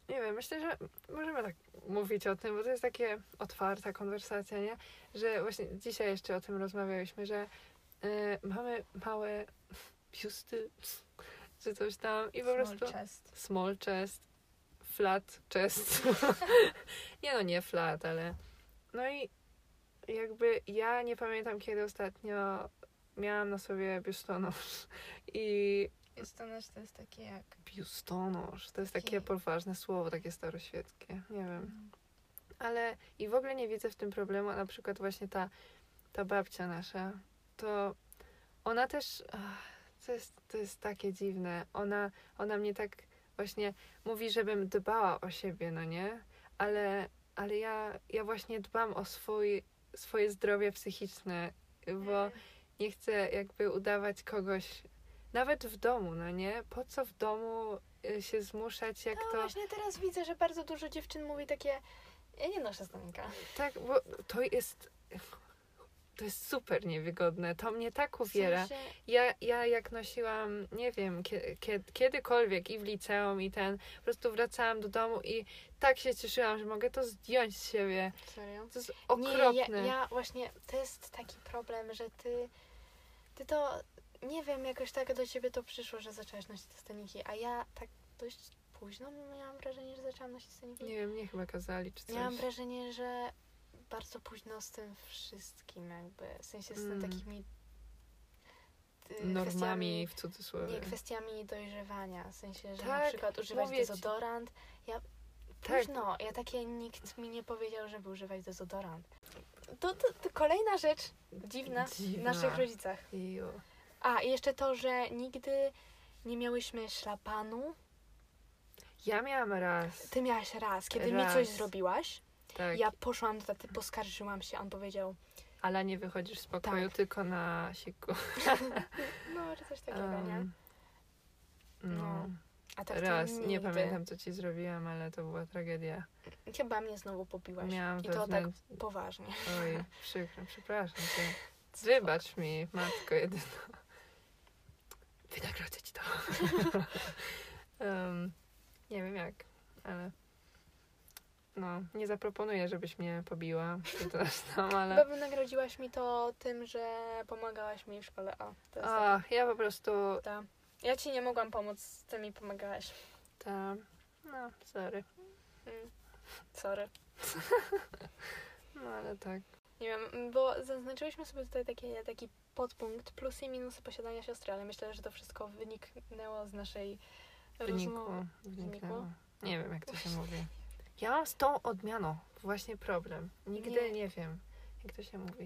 nie wiem, myślę, że możemy tak mówić o tym, bo to jest takie otwarta konwersacja, nie? Że właśnie dzisiaj jeszcze o tym rozmawialiśmy, że mamy małe biusty, czy coś tam i po prostu small chest, flat chest. Nie no, nie flat, ale no i jakby ja nie pamiętam, kiedy ostatnio miałam na sobie biustonosz i Biustonosz to jest takie jak... biustonosz, to jest takie poważne słowo, takie staroświeckie, nie wiem. Ale i w ogóle nie widzę w tym problemu, a na przykład właśnie ta babcia nasza, to ona też, to jest takie dziwne, ona mnie tak właśnie mówi, żebym dbała o siebie, no nie? Ale ja właśnie dbam o swoje zdrowie psychiczne, bo nie chcę jakby udawać kogoś, nawet w domu, no nie? Po co w domu się zmuszać, jak No to... właśnie teraz widzę, że bardzo dużo dziewczyn mówi takie, ja nie noszę stanika. Tak, bo to jest super niewygodne. To mnie tak uwiera. W sensie... Ja jak nosiłam, nie wiem, kiedykolwiek i w liceum i po prostu wracałam do domu i tak się cieszyłam, że mogę to zdjąć z siebie. Serio? To jest okropne. Nie, ja właśnie, to jest taki problem, że ty to, nie wiem, jakoś tak do ciebie to przyszło, że zaczęłaś nosić te staniki, a ja tak dość późno miałam wrażenie, że zaczęłam nosić staniki. Nie wiem, mnie chyba kazali czy coś. Miałam wrażenie, że bardzo późno z tym wszystkim jakby, w sensie z tym takimi normami w cudzysłowie. Nie, kwestiami dojrzewania, w sensie, że tak, na przykład używać dezodorant. Późno, nikt mi nie powiedział, żeby używać dezodorant. To kolejna rzecz dziwna w naszych rodzicach. A, i jeszcze to, że nigdy nie miałyśmy szlapanu. Ja miałam raz. Ty miałaś raz, kiedy mi coś zrobiłaś. Tak. Ja poszłam do taty, poskarżyłam się, on powiedział... Ale nie wychodzisz z pokoju, tylko na siku. No, czy coś takiego, nie? No. A tak raz, nie pamiętam, co ci zrobiłam, ale to była tragedia. Chyba mnie znowu pobiłaś. Miałam i to tak poważnie. Oj, przykro, przepraszam cię. Wybacz mi, matko jedyna. Wynagrodzę ci to. Nie wiem jak, ale... No, nie zaproponuję, żebyś mnie pobiła. Ale... Bo wynagrodziłaś mi to tym, że pomagałaś mi w szkole. Ja po prostu... Ja ci nie mogłam pomóc, ty mi pomagałaś. No, sorry. Sorry. No, ale tak. Nie wiem, bo zaznaczyłyśmy sobie tutaj taki podpunkt, plusy i minusy posiadania siostry, ale myślę, że to wszystko wyniknęło z naszej rozmowy. Wyniknęło. Nie wiem, jak to się mówi. Ja mam z tą odmianą właśnie problem. Nigdy nie wiem, jak to się mówi.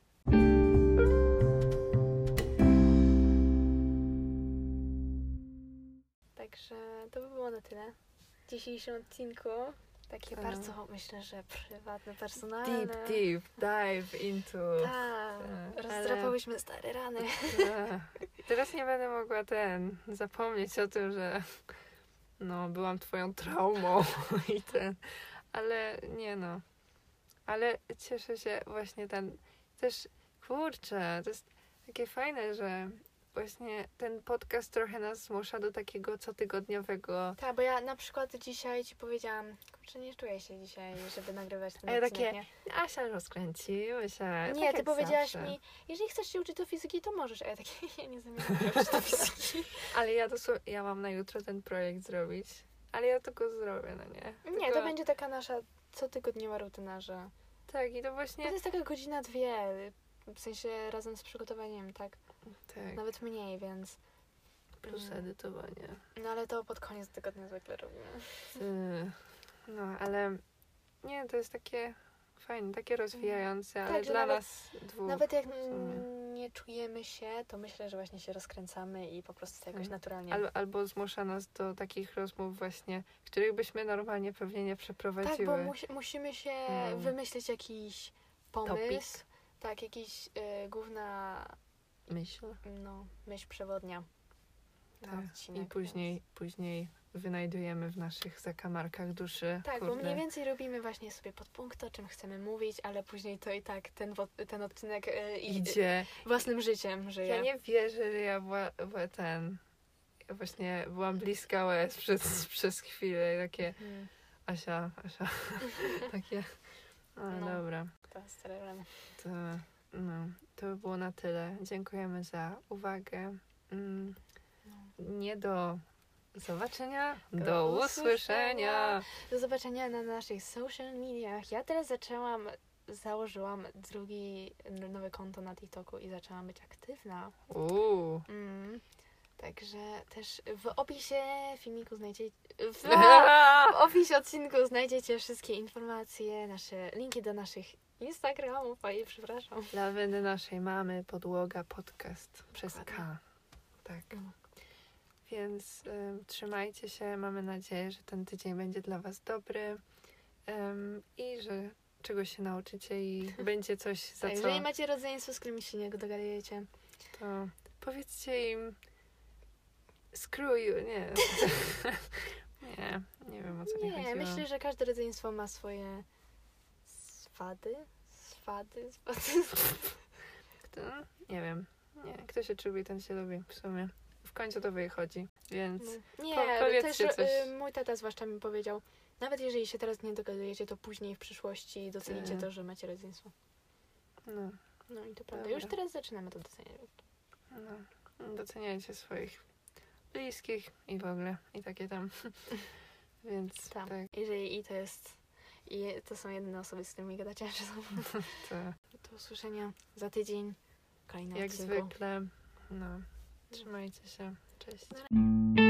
Także to by było na tyle w dzisiejszym odcinku. Takie bardzo, myślę, że prywatne, personalne. Deep dive into... Rozdrapałyśmy stare rany. Teraz nie będę mogła zapomnieć o tym, że byłam twoją traumą i ale nie no. Ale cieszę się właśnie też, kurczę, to jest takie fajne, że właśnie ten podcast trochę nas zmusza do takiego cotygodniowego... Tak, bo ja na przykład dzisiaj ci powiedziałam, kurczę, nie czuję się dzisiaj, żeby nagrywać ten odcinek. A ja takie, Asia, rozkręciły się. Nie, tak ty powiedziałaś mi, jeżeli chcesz się uczyć do fizyki, to możesz. A ja takie, ja nie zamierzam się uczyć do fizyki. Ale ja mam na jutro ten projekt zrobić. Ale ja to go zrobię, no nie? Nie, to będzie taka nasza cotygodniowa rutyna, że... Tak, i to właśnie... To jest taka godzina, 2, w sensie razem z przygotowaniem, tak? Tak. Nawet mniej, więc... Plus edytowanie. No ale to pod koniec tygodnia zwykle robimy. No, ale... Nie, to jest takie fajne, takie rozwijające, ale tak, dla nas dwóch. Nawet jak nie czujemy się, to myślę, że właśnie się rozkręcamy i po prostu to jakoś naturalnie... Albo zmusza nas do takich rozmów właśnie, których byśmy normalnie pewnie nie przeprowadziły. Tak, bo musimy się wymyślić jakiś pomysł. Topic. Tak, jakiś główna... Myśl. No, myśl przewodnia. Tak. Odcinek, i później wynajdujemy w naszych zakamarkach duszy. Tak, bo mniej więcej robimy właśnie sobie podpunkty, o czym chcemy mówić, ale później to i tak ten odcinek idzie własnym życiem żyje. Ja nie wierzę, że ja właśnie byłam bliska łez przez chwilę. Takie Asia. Takie, No. dobra. To staramy. To by było na tyle. Dziękujemy za uwagę. Nie do zobaczenia, do usłyszenia. Do zobaczenia na naszych social mediach. Ja teraz założyłam nowe konto na TikToku i zaczęłam być aktywna. Także też w opisie filmiku znajdziecie... W opisie odcinku znajdziecie wszystkie informacje, nasze linki do naszych Instagramów, przepraszam. Lawendy naszej mamy, podłoga, podcast przez Dokładnie. K. Tak. Więc trzymajcie się. Mamy nadzieję, że ten tydzień będzie dla was dobry i że czegoś się nauczycie i będzie coś za Tak, co... jeżeli macie rodzeństwo, z którymi się nie dogadujecie, to powiedzcie im screw you. Nie. nie wiem, o co mi chodziło. Nie, myślę, że każde rodzeństwo ma swoje swady. Kto? Nie wiem. Nie, kto się czubi, ten się lubi w sumie. W końcu to wychodzi, więc Nie, powiedzcie też coś. Mój tata zwłaszcza mi powiedział, nawet jeżeli się teraz nie dogadujecie, to później w przyszłości docenicie to, że macie rodzeństwo. No i to prawda. Dobra. Już teraz zaczynamy to doceniać. Doceniajcie swoich bliskich i w ogóle. I takie tam. Więc Tak. tak. Jeżeli to są jedyne osoby, z którymi gadacie, że są. To Do usłyszenia za tydzień. Kolejny jak odcinku. zwykle. Trzymajcie się. Cześć.